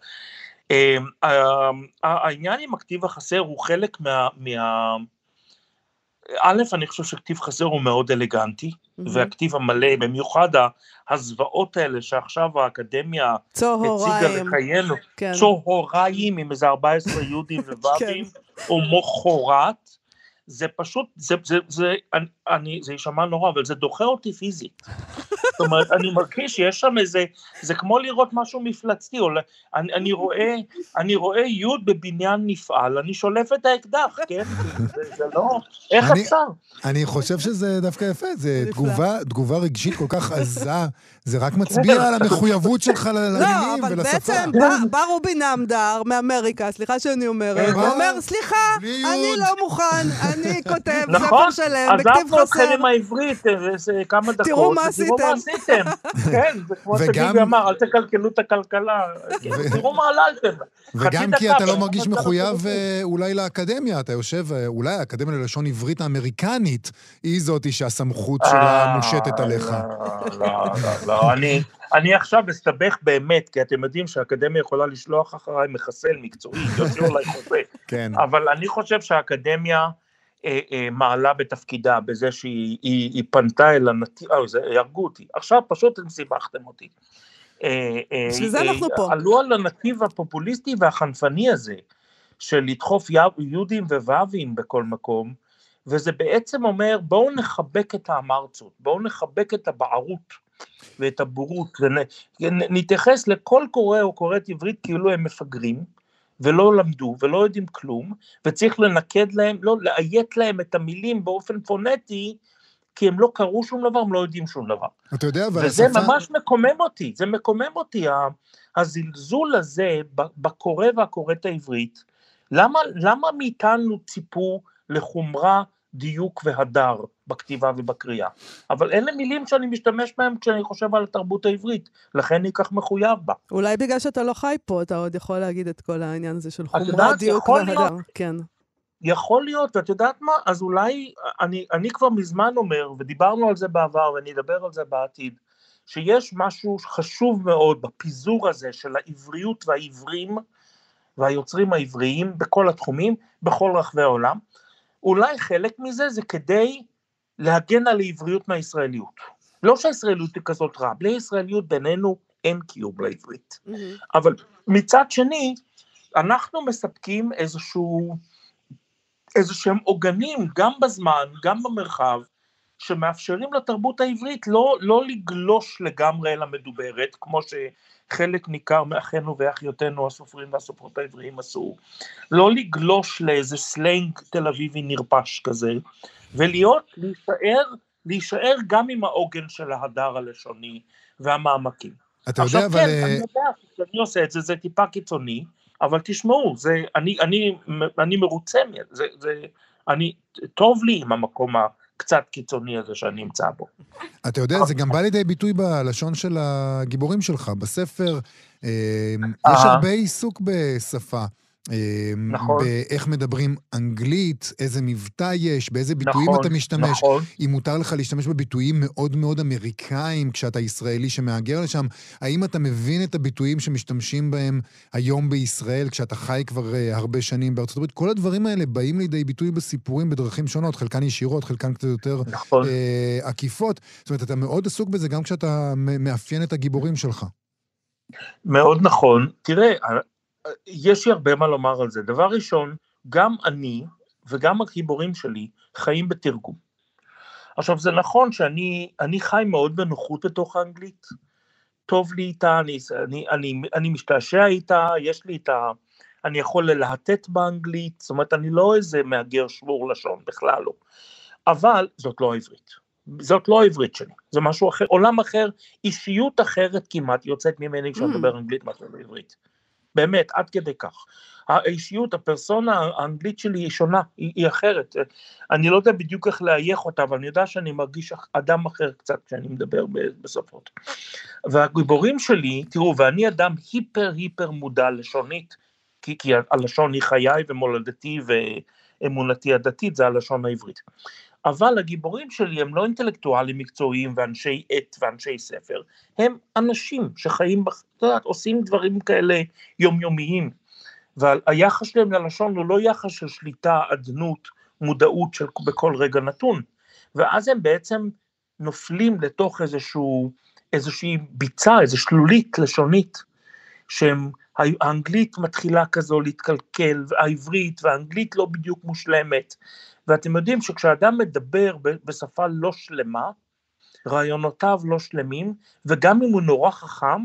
העניין עם הכתיב החסר הוא חלק מה... א', אני חושב שכתיב חסר הוא מאוד אלגנטי, והכתיב המלא, במיוחד הזוועות האלה שעכשיו האקדמיה הציגה לחיינו, צהריים עם איזה ארבעה עשר יהודים ובבים, או מוחרת, זה פשוט, זה, זה, זה, אני, זה יישמע נורא, אבל זה דוחה אותי פיזית. זאת אומרת, אני מרגיש שיש שם איזה, זה כמו לראות משהו מפלצתי, או, אני, אני רואה, אני רואה יוד בבניין נפעל, אני שולף את האקדח, כן? זה, זה לא, איך אני, אפשר? אני חושב שזה דווקא יפה, זה תגובה, תגובה רגשית כל כך עזה, זה רק מצביע על המחויבות שלך למילים ולשפה. לא, אבל בעצם בא, בא רובי נמדר מאמריקה, סליחה שאני אומרת, הוא אומר, סליחה, אני לא מוכן, אני אני כותב ספר שלם, בכתיב חסר. עזבנו אתכם עם העברית, זה כמה דקות. תראו מה עשיתם. תראו מה עשיתם. כן, זה כמו שביבי אמר, אל תקלקלו את הכלכלה. תראו מה עללתם. וגם כי אתה לא מרגיש מחויב אולי לאקדמיה, אתה יושב, אולי האקדמיה ללשון עברית האמריקנית, היא זאת שהסמכות שלה מושטת עליך. לא, לא, לא, אני... אני עכשיו מסתבך באמת, כי אתם יודעים שהאקדמיה יכולה לשלוח אחריי מחסל מקצועי, יוציאו אולי חופה. כן. אבל אני חושב שהאקדמיה אה, אה, מעלה בתפקידה, בזה שהיא היא, היא פנתה אל הנתיב, אה, זה ירגו אותי. עכשיו פשוט הם סיבכתם אותי. בשביל זה אנחנו פה. עלו על הנתיב הפופוליסטי והחנפני הזה, של לדחוף יהודים וובים בכל מקום, וזה בעצם אומר, בואו נחבק את האמרצות, בואו נחבק את הבערות, ואת הבורות, ונתייחס לכל קורא או קוראת עברית כאילו הם מפגרים, ולא למדו, ולא יודעים כלום, וצריך לנקד להם, לא, לאיית להם את המילים באופן פונטי, כי הם לא קראו שום דבר, הם לא יודעים שום דבר. אתה יודע, אבל וזה השפה... ממש מקומם אותי, זה מקומם אותי, הזלזול הזה, בקורא והקוראת העברית, למה, למה מאיתנו ציפו לחומרה, דיוק והדר בכתיבה ובקריאה, אבל אלה מילים שאני משתמש בהם כשאני חושב על התרבות העברית, לכן אני כך מחויב בה. אולי בגלל שאתה לא חי פה, אתה עוד יכול להגיד את כל העניין הזה של חומרה, דיוק והדר, כן. יכול להיות, ואת יודעת מה, אז אולי, אני, אני כבר מזמן אומר, ודיברנו על זה בעבר, ואני אדבר על זה בעתיד, שיש משהו חשוב מאוד בפיזור הזה של העבריות והעברים, והיוצרים העבריים בכל התחומים, בכל רחבי העולם, אולי חלק מזה זה כדי להגן על העבריות מהישראליות. לא שהישראליות היא כזאת רע, בלי ישראליות בינינו אין קיום לעברית. Mm-hmm. אבל מצד שני, אנחנו מספקים איזשהו, איזשהם עוגנים, גם בזמן, גם במרחב, שמאפשרים לתרבות העברית לא, לא לגלוש לגמרי אל המדוברת, כמו שחלק ניכר מאחינו ואחיותינו הסופרים והסופרות העבריים עשו, לא לגלוש לאיזה סלנג תל אביבי נרפש כזה, ולהיות, להישאר, להישאר גם עם העוגן של ההדר הלשוני והמעמקים. אתה עכשיו יודע, כן, אבל... אני יודע שאני עושה את זה, זה טיפה קיצוני, אבל תשמעו, זה, אני, אני, אני מרוצה, זה, זה, אני, טוב לי עם המקום הקצת קיצוני הזה שאני נמצא בו. אתה יודע, זה גם בא לידי ביטוי בלשון של הגיבורים שלך, בספר, יש הרבה עיסוק בשפה. נכון. באיך מדברים אנגלית, איזה מבטא יש, באיזה ביטויים נכון, אתה משתמש, נכון. אם מותר לך להשתמש בביטויים מאוד מאוד אמריקאים, כשאתה ישראלי שמאגר לשם, האם אתה מבין את הביטויים שמשתמשים בהם היום בישראל, כשאתה חי כבר uh, הרבה שנים בארצות הברית? כל הדברים האלה באים לידי ביטוי בסיפורים בדרכים שונות, חלקן ישירות, חלקן קצת יותר נכון. uh, עקיפות. זאת אומרת, אתה מאוד עסוק בזה גם כשאתה מאפיין את הגיבורים שלך. מאוד נכון. תראה, יש לי הרבה מה לומר על זה. דבר ראשון, גם אני וגם הגיבורים שלי חיים בתרגום. עכשיו, זה נכון שאני אני חי מאוד בנוחות בתוך האנגלית. טוב לי איתה, אני, אני, אני, אני משתעשע איתה, יש לי איתה, אני יכול ללהטט באנגלית, זאת אומרת, אני לא איזה מאגר שבור לשון, בכלל לא. אבל זאת לא העברית. זאת לא העברית שלי, זה משהו אחר, עולם אחר, אישיות אחרת כמעט יוצאת ממני כשאני מדבר אנגלית מאשר בעברית. באמת, עד כדי כך. האישיות, הפרסונה האנגלית שלי היא שונה, היא, היא אחרת. אני לא יודע בדיוק איך להייך אותה, אבל אני יודע שאני מרגיש אדם אחר קצת כשאני מדבר בסופות. והגיבורים שלי, תראו, ואני אדם היפר היפר מודע לשונית, כי, כי הלשון היא חיי ומולדתי ואמונתי הדתית, זה הלשון העברית. אבל הגיבורים שלי הם לא אינטלקטואלים מקצועיים ואנשי עת ואנשי ספר, הם אנשים שחיים, יודעת, עושים דברים כאלה יומיומיים, והיחס שלהם ללשון הוא לא יחס של שליטה, עדנות, מודעות של בכל רגע נתון, ואז הם בעצם נופלים לתוך איזשהו, איזושהי ביצה, איזו שלולית לשונית, שהם, האנגלית מתחילה כזו להתקלקל, העברית והאנגלית לא בדיוק מושלמת, ואתם יודעים שכשאדם מדבר בשפה לא שלמה, רעיונותיו לא שלמים, וגם אם הוא נורא חכם,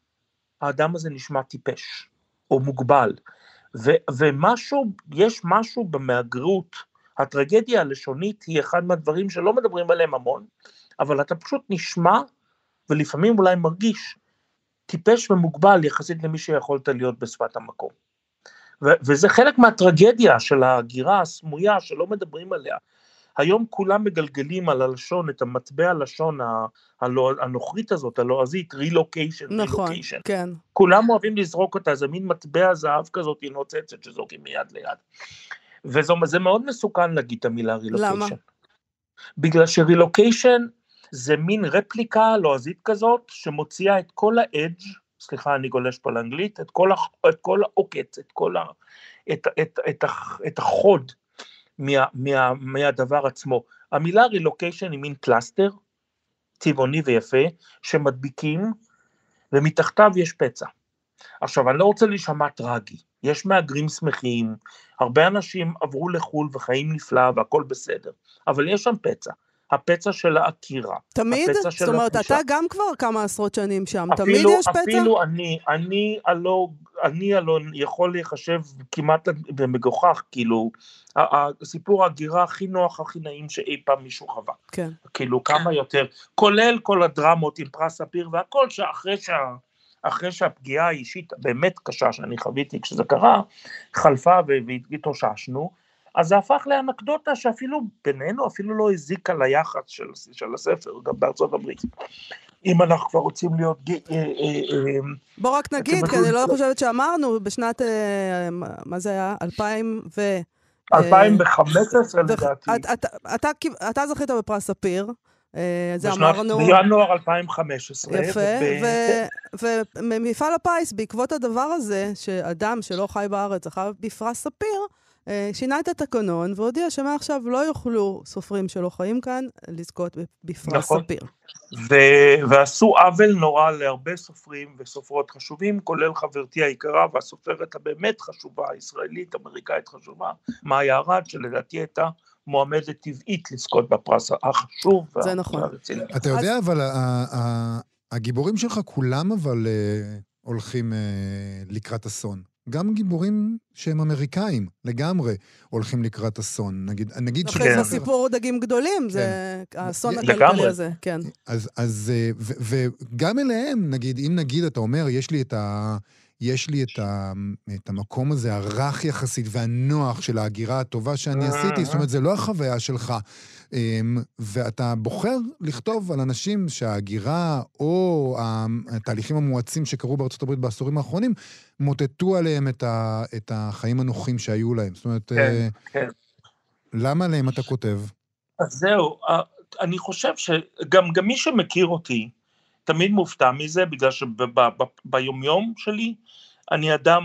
האדם הזה נשמע טיפש, או מוגבל. ו- ומשהו, יש משהו במהגרות, הטרגדיה הלשונית היא אחד מהדברים שלא מדברים עליהם המון, אבל אתה פשוט נשמע, ולפעמים אולי מרגיש, טיפש ומוגבל יחסית למי שיכולת להיות בשפת המקום. ו- וזה חלק מהטרגדיה של ההגירה הסמויה שלא מדברים עליה. היום כולם מגלגלים על הלשון, את המטבע הלשון הנוכרית הזאת, הלועזית, relocation, נכון, relocation. כן. כולם אוהבים לזרוק אותה, זה מין מטבע זהב כזאת, היא נוצצת שזורקים מיד ליד. וזה מאוד מסוכן להגיד את המילה relocation. למה? בגלל ש-relocation זה מין רפליקה לועזית כזאת, שמוציאה את כל ה-edge, סליחה, אני גולש פה לאנגלית, את כל, את כל העוקץ, את כל ה, את, את, את, את החוד מה, מה, מהדבר עצמו. המילה relocation היא מין פלסטר, צבעוני ויפה, שמדביקים, ומתחתיו יש פצע. עכשיו, אני לא רוצה להישמע טרגי, יש מהגרים שמחים, הרבה אנשים עברו לחול וחיים נפלא והכל בסדר, אבל יש שם פצע. הפצע של העקירה. תמיד? זאת אומרת, אתה גם כבר כמה עשרות שנים שם, תמיד יש פצע? אפילו אני, אני הלא, אני הלא יכול להיחשב כמעט במגוחך, כאילו, הסיפור ההגירה הכי נוח, הכי נעים שאי פעם מישהו חווה. כן. כאילו, כמה יותר, כולל כל הדרמות עם פרס ספיר והכל, שאחרי שה... אחרי שהפגיעה האישית באמת קשה שאני חוויתי כשזה קרה, חלפה והתאוששנו, אז זה הפך לאנקדוטה שאפילו בינינו, אפילו לא הזיקה ליחס של, של הספר, גם בארצות הברית. אם אנחנו כבר רוצים להיות... בוא רק נגיד, כי אני לא חושבת שאמרנו, בשנת, מה זה היה? אלפיים ו... אלפיים וחמש עשרה לדעתי. אתה זכית בפרס ספיר, זה בשנת, אמרנו... בינואר אלפיים וחמש עשרה. יפה, ומפעל הפיס, בעקבות הדבר הזה, שאדם שלא חי בארץ, זכה בפרס ספיר, שינה את התקנון, והודיע שמעכשיו לא יוכלו סופרים שלא חיים כאן, לזכות בפרס ספיר. ועשו עוול נורא להרבה סופרים וסופרות חשובים, כולל חברתי היקרה, והסופרת הבאמת חשובה, הישראלית, אמריקאית חשובה, מאיה ארד, שלדעתי הייתה מועמדת טבעית לזכות בפרס החשוב. זה נכון. אתה יודע, אבל הגיבורים שלך כולם אבל הולכים לקראת אסון. גם גיבורים שהם אמריקאים, לגמרי, הולכים לקראת אסון. נגיד, נגיד אחרי זה סיפור דגים גדולים, זה האסון הכלכלי הזה, כן. אז, אז, וגם אליהם, נגיד, אם נגיד, אתה אומר, יש לי את ה... יש לי את, ה, את המקום הזה, הרך יחסית והנוח של ההגירה הטובה שאני עשיתי, זאת אומרת, זה לא החוויה שלך, ואתה בוחר לכתוב על אנשים שההגירה או התהליכים המואצים שקרו בארצות הברית בעשורים האחרונים, מוטטו עליהם את, ה, את החיים הנוחים שהיו להם. זאת אומרת, כן, כן. למה עליהם אתה כותב? אז זהו, אני חושב שגם גם מי שמכיר אותי, תמיד מופתע מזה, בגלל שביומיום שלי, אני אדם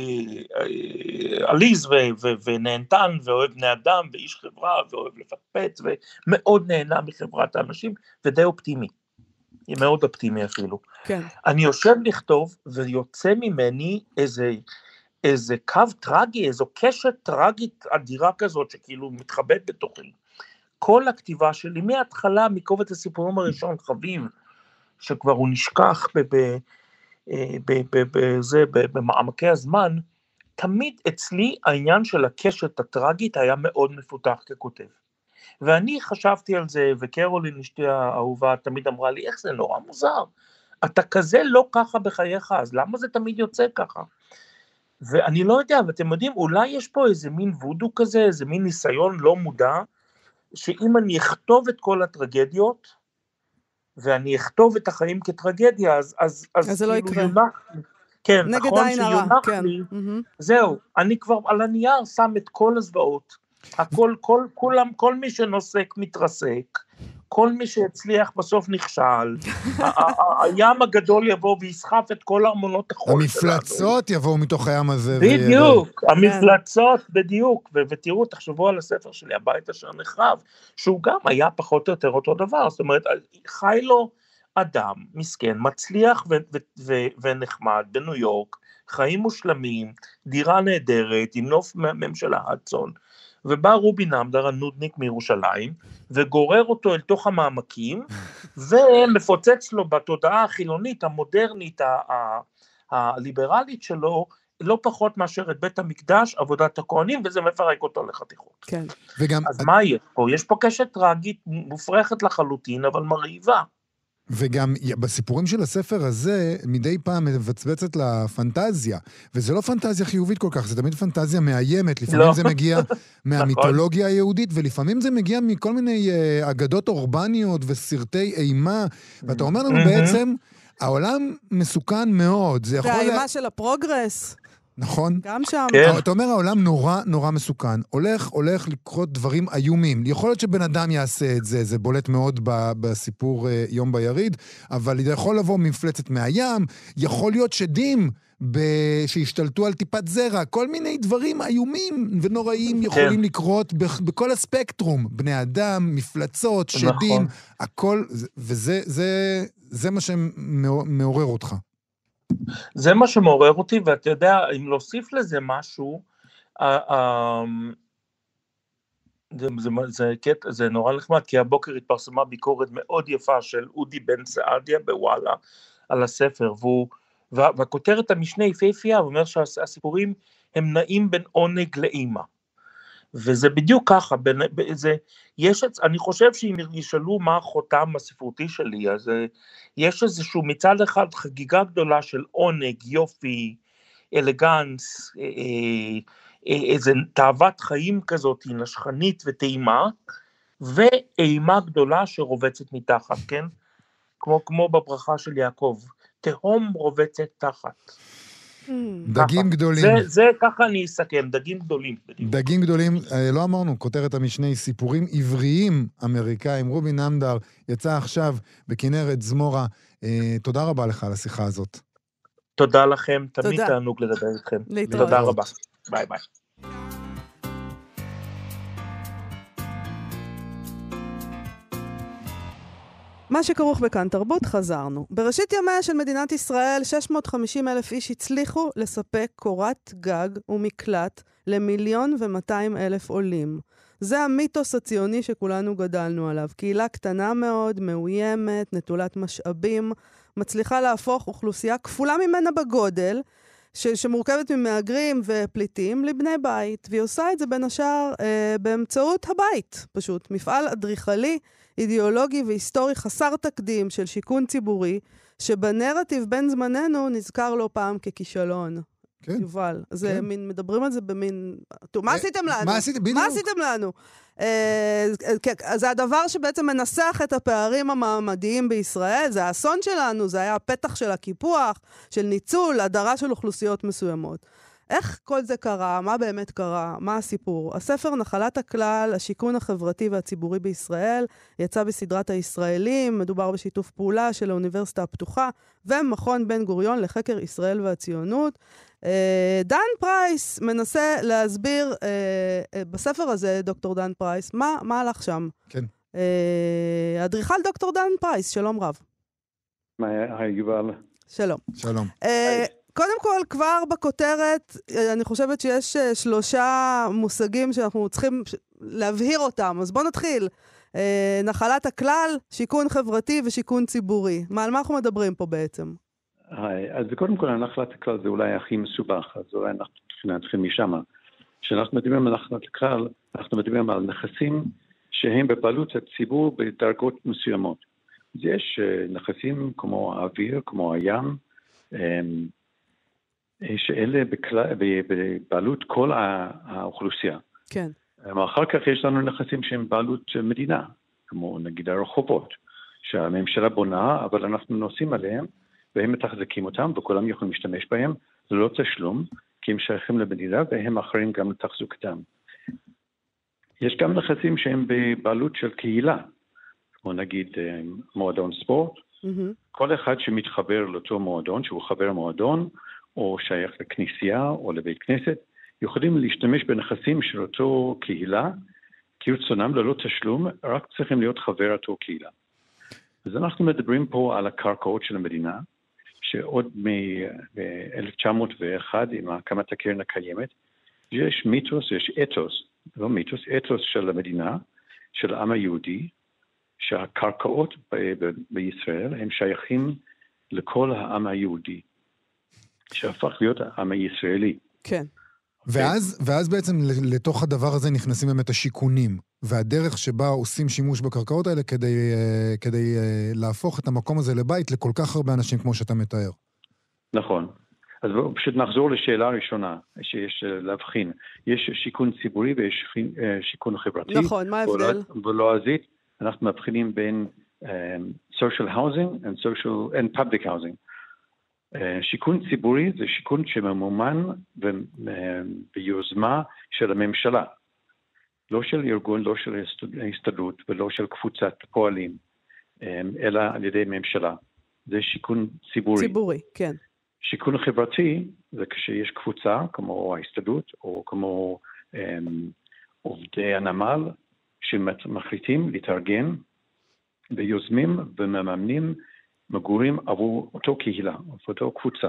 עליז ונהנתן, ואוהב בני אדם, ואיש חברה, ואוהב לפטפט, ומאוד נהנה מחברת האנשים, ודי אופטימי. היא מאוד אופטימי אפילו. כן. אני יושב לכתוב, ויוצא ממני איזה, איזה קו טרגי, איזו קשת טרגית אדירה כזאת, שכאילו מתחבאת בתוכי. כל הכתיבה שלי, מההתחלה, מקובץ הסיפורים הראשון, חביב, שכבר הוא נשכח במעמקי הזמן, תמיד אצלי העניין של הקשת הטרגית היה מאוד מפותח ככותב. ואני חשבתי על זה, וקרולין אשתי האהובה תמיד אמרה לי, איך זה נורא מוזר, אתה כזה לא ככה בחייך, אז למה זה תמיד יוצא ככה? ואני לא יודע, ואתם יודעים, אולי יש פה איזה מין וודו כזה, איזה מין ניסיון לא מודע, שאם אני אכתוב את כל הטרגדיות, ואני אכתוב את החיים כטרגדיה, אז, אז, אז, אז זה לא יקרה. יונח, כן, נגד נכון עין הרע, שיונח כן. לי, Mm-hmm. זהו, אני כבר על הנייר שם את כל הזוועות, הכל, כל, כולם, כל מי שנוסק מתרסק, כל מי שהצליח בסוף נכשל, הים הגדול יבוא ויסחף את כל הארמונות החול שלנו. המפלצות יבואו מתוך הים הזה. בדיוק, המפלצות, בדיוק, ותראו, תחשבו על הספר שלי, הבית אשר נחרב, שהוא גם היה פחות או יותר אותו דבר, זאת אומרת, חי לו אדם מסכן, מצליח ונחמד בניו יורק, חיים מושלמים, דירה נהדרת, עם נוף ממשלה הצון, ובא רובי נמדר, הנודניק מירושלים, וגורר אותו אל תוך המעמקים, ומפוצץ לו בתודעה החילונית, המודרנית, הליברלית שלו, לא פחות מאשר את בית המקדש, עבודת הכהנים, וזה מפרק אותו לחתיכות. כן. וגם... אז מה יש פה? יש פה קשת טרגית, מופרכת לחלוטין, אבל מרהיבה. וגם בסיפורים של הספר הזה, מדי פעם מבצבצת לפנטזיה, וזה לא פנטזיה חיובית כל כך, זה תמיד פנטזיה מאיימת, לפעמים לא. זה מגיע מהמיתולוגיה היהודית, ולפעמים זה מגיע מכל מיני uh, אגדות אורבניות וסרטי אימה, ואתה אומר לנו בעצם, העולם מסוכן מאוד, זה יכול... והאימה לה... של הפרוגרס. נכון? גם שם. כן. אתה אומר, העולם נורא נורא מסוכן. הולך, הולך לקרות דברים איומים. יכול להיות שבן אדם יעשה את זה, זה בולט מאוד ב- בסיפור uh, יום ביריד, אבל יכול לבוא מפלצת מהים, יכול להיות שדים ב- שהשתלטו על טיפת זרע, כל מיני דברים איומים ונוראים יכולים כן. לקרות ב- בכל הספקטרום. בני אדם, מפלצות, שדים, נכון. הכל, וזה זה, זה מה שמעורר אותך. זה מה שמעורר אותי, ואתה יודע, אם להוסיף לזה משהו, זה, זה, זה, זה נורא נחמד, כי הבוקר התפרסמה ביקורת מאוד יפה של אודי בן סעדיה בוואלה על הספר, והוא, והכותרת המשנה יפהפייה, הוא אומר שהסיפורים הם נעים בין עונג לאימא. וזה בדיוק ככה, בין, זה, יש, אני חושב שאם ישאלו מה החותם הספרותי שלי, אז יש איזשהו מצד אחד חגיגה גדולה של עונג, יופי, אלגנס, איזו תאוות חיים כזאת, נשכנית וטעימה, ואימה גדולה שרובצת מתחת, כן? כמו, כמו בברכה של יעקב, תהום רובצת תחת. דגים גדולים. זה, זה ככה אני אסכם, דגים גדולים. דגים גדולים, לא אמרנו, כותרת המשנה, סיפורים עבריים אמריקאים. רובי נמדר יצא עכשיו בכנרת זמורה. תודה רבה לך על השיחה הזאת. תודה לכם, תמיד תענוג לדבר איתכם. תודה רבה. ביי ביי. מה שכרוך בכאן תרבות, חזרנו. בראשית ימיה של מדינת ישראל, שש מאות וחמישים אלף איש הצליחו לספק קורת גג ומקלט למיליון ומאתיים אלף עולים. זה המיתוס הציוני שכולנו גדלנו עליו. קהילה קטנה מאוד, מאוימת, נטולת משאבים, מצליחה להפוך אוכלוסייה כפולה ממנה בגודל, ש- שמורכבת ממהגרים ופליטים לבני בית, והיא עושה את זה בין השאר אה, באמצעות הבית, פשוט. מפעל אדריכלי, אידיאולוגי והיסטורי חסר תקדים של שיכון ציבורי, שבנרטיב בין זמננו נזכר לו פעם ככישלון. כן. יובל, אז כן. מין, מדברים על זה במין... מה עשיתם לנו? מה עשיתם? בדיוק. מה עשיתם לנו? אז זה הדבר שבעצם מנסח את הפערים המעמדיים בישראל, זה האסון שלנו, זה היה הפתח של הקיפוח, של ניצול, הדרה של אוכלוסיות מסוימות. איך כל זה קרה? מה באמת קרה? מה הסיפור? הספר נחלת הכלל, השיכון החברתי והציבורי בישראל, יצא בסדרת הישראלים, מדובר בשיתוף פעולה של האוניברסיטה הפתוחה, ומכון בן גוריון לחקר ישראל והציונות. דן פרייס מנסה להסביר בספר הזה, דוקטור דן פרייס, מה, מה הלך שם? כן. אדריכל דוקטור דן פרייס, שלום רב. היי יובל. שלום. שלום. קודם כל, כבר בכותרת, אני חושבת שיש שלושה מושגים שאנחנו צריכים להבהיר אותם. אז בואו נתחיל. נחלת הכלל, שיכון חברתי ושיכון ציבורי. מה, על מה אנחנו מדברים פה בעצם? היי, אז קודם כל, נחלת הכלל זה אולי הכי מסובך, אז אולי אנחנו נתחיל משם. כשאנחנו מדברים על נחלת הכלל, אנחנו מדברים על נכסים שהם בבעלות הציבור בדרגות מסוימות. אז יש נכסים כמו האוויר, כמו הים, שאלה בבעלות כל האוכלוסייה. כן. אחר כך יש לנו נכסים שהם בעלות מדינה, כמו נגיד הרחובות, שהממשלה בונה, אבל אנחנו נוסעים עליהם, והם מתחזקים אותם, וכולם יכולים להשתמש בהם, זה לא תשלום, כי הם שייכים למדינה, והם אחרים גם לתחזוקתם. יש גם נכסים שהם בבעלות של קהילה, כמו נגיד מועדון ספורט, mm-hmm. כל אחד שמתחבר לאותו מועדון, שהוא חבר מועדון, או שייך לכנסייה או לבית כנסת, יכולים להשתמש בנכסים של אותו קהילה, כרצונם ללא תשלום, רק צריכים להיות חבר אותו קהילה. אז אנחנו מדברים פה על הקרקעות של המדינה, שעוד מ-אלף תשע מאות ואחת, עם הקמת הקרן הקיימת, יש מיתוס, יש אתוס, לא מיתוס, אתוס של המדינה, של העם היהודי, שהקרקעות ב- ב- בישראל הם שייכים לכל העם היהודי, שהפך להיות העם הישראלי. כן. ואז, ואז בעצם לתוך הדבר הזה נכנסים באמת השיכונים, והדרך שבה עושים שימוש בקרקעות האלה כדי, כדי להפוך את המקום הזה לבית לכל כך הרבה אנשים כמו שאתה מתאר. נכון. אז בואו פשוט נחזור לשאלה הראשונה שיש להבחין. יש שיכון ציבורי ויש שיכון חברתי. נכון, מה ההבדל? בלועזית אנחנו מבחינים בין um, social housing and social and public housing. Uh, שיכון ציבורי זה שיכון שממומן ביוזמה של הממשלה. לא של ארגון, לא של ההסתדרות ולא של קבוצת פועלים, um, אלא על ידי ממשלה. זה שיכון ציבורי. ציבורי, כן. שיכון חברתי זה כשיש קבוצה, כמו ההסתדרות, או כמו um, עובדי הנמל, שמחליטים להתארגן ויוזמים ומממנים מגורים עבור אותו קהילה, עבור אותו קבוצה.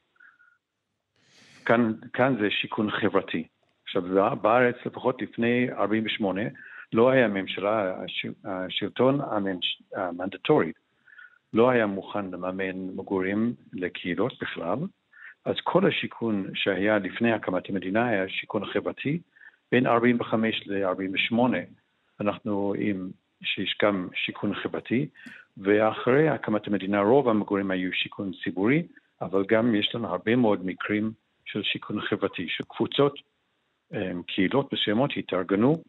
כאן, כאן זה שיכון חברתי. עכשיו, בארץ, לפחות לפני ארבעים ושמונה, לא היה ממשלה, השלטון המנדטורי, לא היה מוכן לממן מגורים לקהילות בכלל, אז כל השיכון שהיה לפני הקמת המדינה היה שיכון חברתי, בין ארבעים וחמש ל-ארבעים ושמונה, אנחנו רואים שיש גם שיכון חברתי, ואחרי הקמת המדינה רוב המגורים היו שיכון ציבורי, אבל גם יש לנו הרבה מאוד מקרים של שיכון חברתי, של קבוצות, קהילות מסוימות התארגנו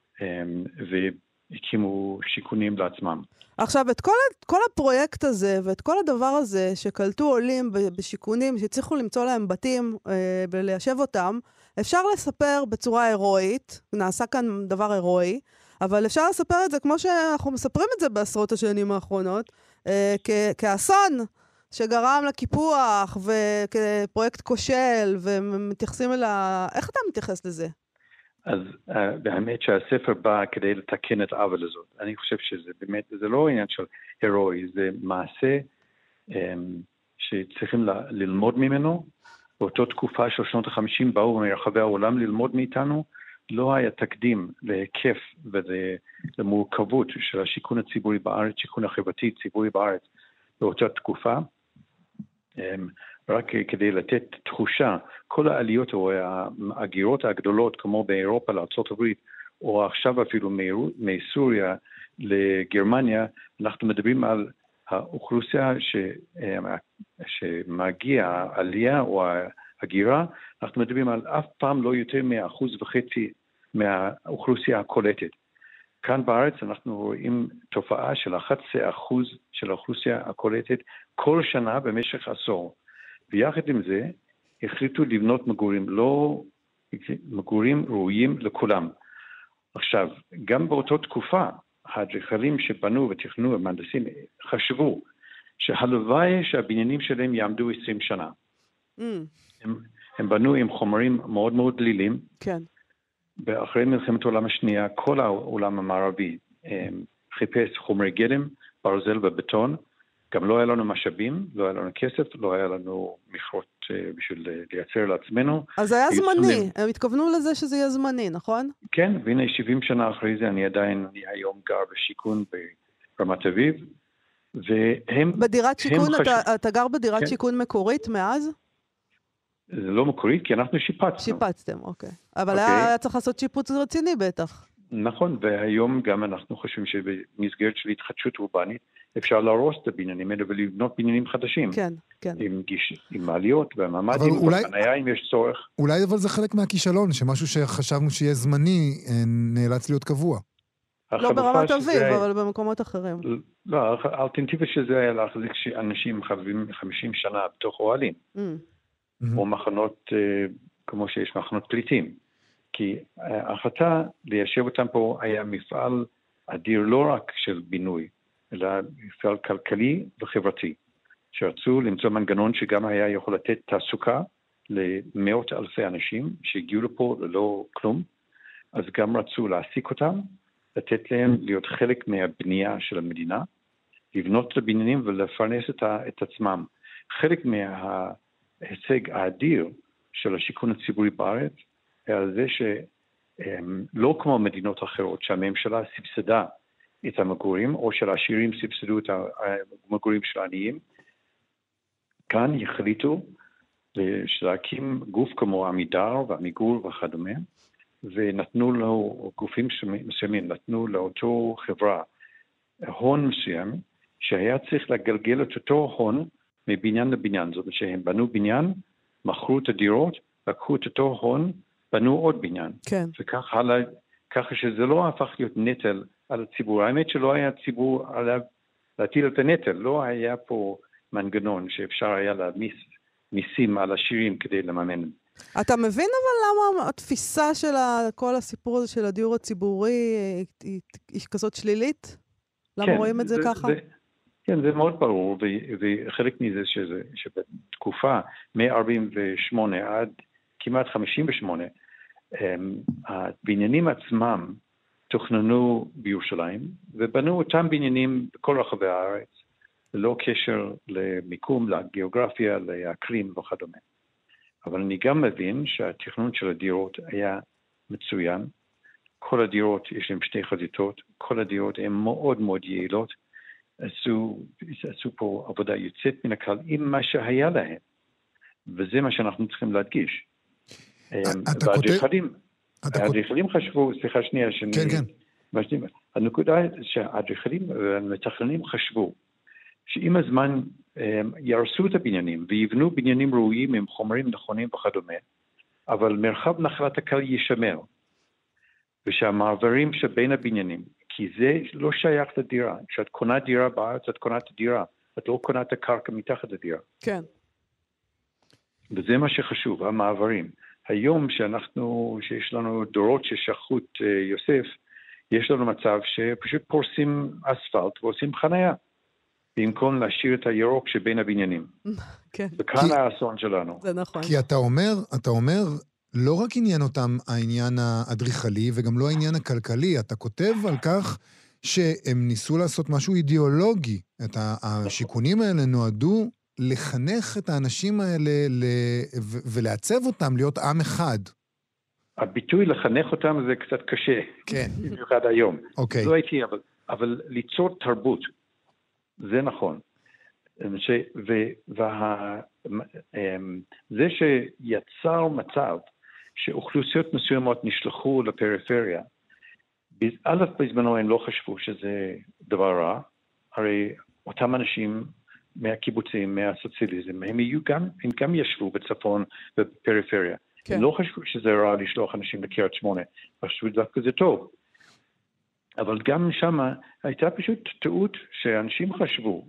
והקימו שיכונים לעצמם. עכשיו, את כל, כל הפרויקט הזה ואת כל הדבר הזה שקלטו עולים בשיכונים, שצריכו למצוא להם בתים אה, וליישב אותם, אפשר לספר בצורה הירואית, נעשה כאן דבר הירואי, אבל אפשר לספר את זה כמו שאנחנו מספרים את זה בעשרות השנים האחרונות, אה, כ- כאסון שגרם לקיפוח וכפרויקט כושל, ומתייחסים אל ה... איך אתה מתייחס לזה? אז uh, באמת שהספר בא כדי לתקן את העוול הזאת. אני חושב שזה באמת, זה לא עניין של הירואי, זה מעשה um, שצריכים ל- ללמוד ממנו. באותה תקופה של שנות ה-חמישים באו מרחבי העולם ללמוד מאיתנו, לא היה תקדים להיקף ולמורכבות של השיכון הציבורי בארץ, שיכון החברתי ציבורי בארץ באותה תקופה. Um, רק כדי לתת תחושה, כל העליות או ההגירות הגדולות, כמו באירופה לארצות הברית, או עכשיו אפילו מסוריה לגרמניה, אנחנו מדברים על האוכלוסייה ש, שמגיע העלייה או ההגירה, אנחנו מדברים על אף פעם לא יותר מאחוז וחצי מהאוכלוסייה הקולטת. כאן בארץ אנחנו רואים תופעה של אחד עשר אחוז של האוכלוסייה הקולטת כל שנה במשך עשור. ויחד עם זה, החליטו לבנות מגורים, לא מגורים ראויים לכולם. עכשיו, גם באותה תקופה, האדריכלים שבנו ותכנו המהנדסים חשבו שהלוואי שהבניינים שלהם יעמדו עשרים שנה. Mm. הם, הם בנו עם חומרים מאוד מאוד דלילים. כן. ואחרי מלחמת העולם השנייה, כל העולם המערבי חיפש חומרי גלם, ברזל ובטון, גם לא היה לנו משאבים, לא היה לנו כסף, לא היה לנו מכרות uh, בשביל לייצר לעצמנו. אז זה היה זמני, שמים... הם התכוונו לזה שזה יהיה זמני, נכון? כן, והנה שבעים שנה אחרי זה, אני עדיין, אני היום גר בשיכון ברמת אביב, והם... בדירת שיכון, אתה, חשב... אתה גר בדירת כן. שיכון מקורית מאז? זה לא מקורית, כי אנחנו שיפצנו. שיפצתם, אוקיי. אבל אוקיי. היה צריך לעשות שיפוץ רציני בטח. נכון, והיום גם אנחנו חושבים שבמסגרת של התחדשות אורבנית, אפשר להרוס את הבניינים האלה ולבנות בניינים חדשים. כן, כן. עם, גיש, עם מעליות וממ"דים וחניה אם יש צורך. אולי אבל זה חלק מהכישלון, שמשהו שחשבנו שיהיה זמני נאלץ להיות קבוע. לא ברמת אביב, אבל במקומות אחרים. לא, האלטרנטיבה שזה היה להחזיק שאנשים חווים חמישים שנה בתוך אוהלים. Mm. או מחנות, כמו שיש מחנות פליטים. כי ההחלטה ליישב אותם פה היה מפעל אדיר לא רק של בינוי, אלא מפעל כלכלי וחברתי, שרצו למצוא מנגנון שגם היה יכול לתת תעסוקה למאות אלפי אנשים שהגיעו לפה ללא כלום, אז גם רצו להעסיק אותם, לתת להם להיות חלק מהבנייה של המדינה, לבנות את הבניינים ולפרנס את, את עצמם. חלק מההישג האדיר של השיכון הציבורי בארץ, היה זה שלא כמו מדינות אחרות, שהממשלה סבסדה את המגורים, או של העשירים סבסדו את המגורים של העניים, כאן החליטו להקים גוף כמו עמידר ועמיגור וכדומה, ונתנו לו גופים מסוימים, נתנו לאותו חברה הון מסוים, שהיה צריך לגלגל את אותו הון מבניין לבניין. זאת אומרת שהם בנו בניין, מכרו את הדירות, לקחו את אותו הון, בנו עוד בניין. כן. וכך הלאה, ככה שזה לא הפך להיות נטל על הציבור. האמת שלא היה ציבור עליו להטיל את הנטל, לא היה פה מנגנון שאפשר היה להמיס מיסים על עשירים כדי לממן. אתה מבין אבל למה התפיסה של כל הסיפור הזה של הדיור הציבורי היא, היא, היא כזאת שלילית? למה כן, רואים את זה, זה ככה? זה, כן, זה מאוד ברור, ו, וחלק מזה שזה, שבתקופה מ-ארבעים ושמונה עד כמעט חמישים ושמונה, הבניינים עצמם תוכננו בירושלים, ובנו אותם בניינים בכל רחבי הארץ, ללא קשר למיקום, לגיאוגרפיה, לאקלים וכדומה. אבל אני גם מבין שהתכנון של הדירות היה מצוין. כל הדירות, יש להם שתי חזיתות, כל הדירות הן מאוד מאוד יעילות, עשו, עשו פה עבודה יוצאת מן הכלל עם מה שהיה להם, וזה מה שאנחנו צריכים להדגיש. והאדריכלים, האדריכלים חשבו, סליחה שנייה, שאני... כן, כן. הנקודה שהאדריכלים והמתכננים חשבו, שעם הזמן ירסו את הבניינים ויבנו בניינים ראויים עם חומרים נכונים וכדומה, אבל מרחב נחלת הקהל יישמר, ושהמעברים שבין הבניינים, כי זה לא שייך לדירה. כשאת קונה דירה בארץ, את קונה את הדירה, את לא קונה את הקרקע מתחת לדירה. כן. וזה מה שחשוב, המעברים. היום שאנחנו, שיש לנו דורות ששכחו את יוסף, יש לנו מצב שפשוט פורסים אספלט ועושים חנייה. במקום להשאיר את הירוק שבין הבניינים. כן. וכאן האסון שלנו. זה נכון. כי אתה אומר, אתה אומר, לא רק עניין אותם העניין האדריכלי, וגם לא העניין הכלכלי, אתה כותב על כך שהם ניסו לעשות משהו אידיאולוגי. את השיקונים האלה נועדו לחנך את האנשים האלה ולעצב אותם להיות עם אחד. הביטוי לחנך אותם זה קצת קשה. כן. במיוחד היום. אוקיי. לא הייתי, אבל, אבל ליצור תרבות. זה נכון. ש, ו, וה, זה שיצר מצב שאוכלוסיות מסוימות נשלחו לפריפריה, א' בזמנו הם לא חשבו שזה דבר רע, הרי אותם אנשים מהקיבוצים, מהסוציאליזם, הם, יהיו גם, הם גם ישבו בצפון ובפריפריה. כן. הם לא חשבו שזה רע לשלוח אנשים לקריית שמונה, חשבו דווקא זה טוב. אבל גם שם הייתה פשוט טעות שאנשים חשבו,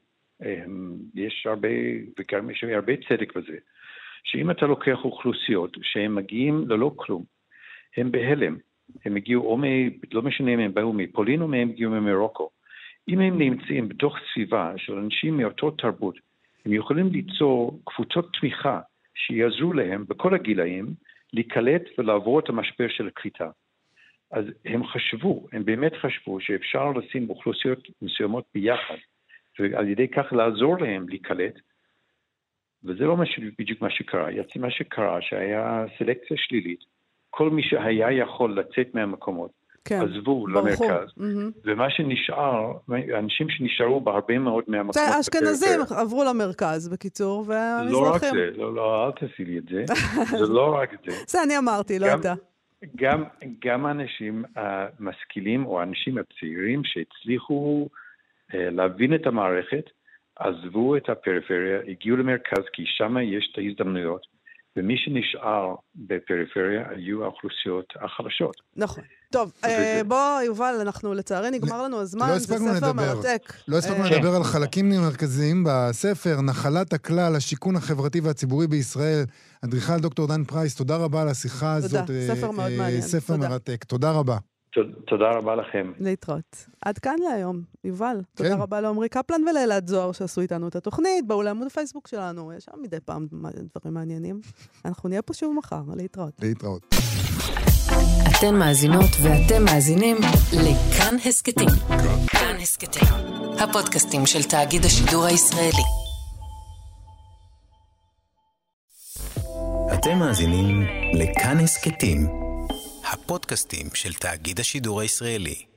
יש הרבה, וגם יש הרבה צדק בזה, שאם אתה לוקח אוכלוסיות שהם מגיעים ללא כלום, הם בהלם, הם הגיעו או מ... לא משנה אם הם באו מפולין או מהם הגיעו ממרוקו, אם הם נמצאים בתוך סביבה של אנשים מאותו תרבות, הם יכולים ליצור קבוצות תמיכה שיעזרו להם בכל הגילאים להיקלט ולעבור את המשבר של הקליטה. אז הם חשבו, הם באמת חשבו שאפשר לשים אוכלוסיות מסוימות ביחד, ועל ידי כך לעזור להם להיקלט, וזה לא בדיוק מה שקרה. יצא מה שקרה, שהיה סלקציה שלילית, כל מי שהיה יכול לצאת מהמקומות, כן, עזבו ברחו. למרכז, mm-hmm. ומה שנשאר, האנשים שנשארו בהרבה מאוד מהמקומות... זה אשכנזים עברו למרכז, בקיצור, והמזרחים... לא רק זה, לא, לא, אל תעשי לי את זה, זה לא רק זה. זה אני אמרתי, לא יודע. גם, גם האנשים המשכילים או האנשים הצעירים שהצליחו אה, להבין את המערכת, עזבו את הפריפריה, הגיעו למרכז, כי שם יש את ההזדמנויות, ומי שנשאר בפריפריה היו האוכלוסיות החלשות. נכון. טוב, וזה... בוא, יובל, אנחנו לצערי נגמר לנו הזמן, לא זה ספר מרתק. לא הספקנו לדבר על חלקים מרכזיים בספר, נחלת הכלל, השיכון החברתי והציבורי בישראל. אדריכל דוקטור דן פרייס, תודה רבה על השיחה הזאת. תודה, ספר מאוד מעניין. ספר מרתק, תודה רבה. תודה רבה לכם. להתראות. עד כאן להיום, יובל. תודה רבה לעומרי קפלן ולאלעד זוהר שעשו איתנו את התוכנית. באו לעמוד הפייסבוק שלנו, יש שם מדי פעם דברים מעניינים. אנחנו נהיה פה שוב מחר, להתראות. להתראות. אתן מאזינות ואתם מאזינים לכאן הסקטים. כאן הסקטים, הפודקאסטים של תאגיד השידור הישראלי. אתם מאזינים לכאן הסקטים, הפודקאסטים של תאגיד השידור הישראלי.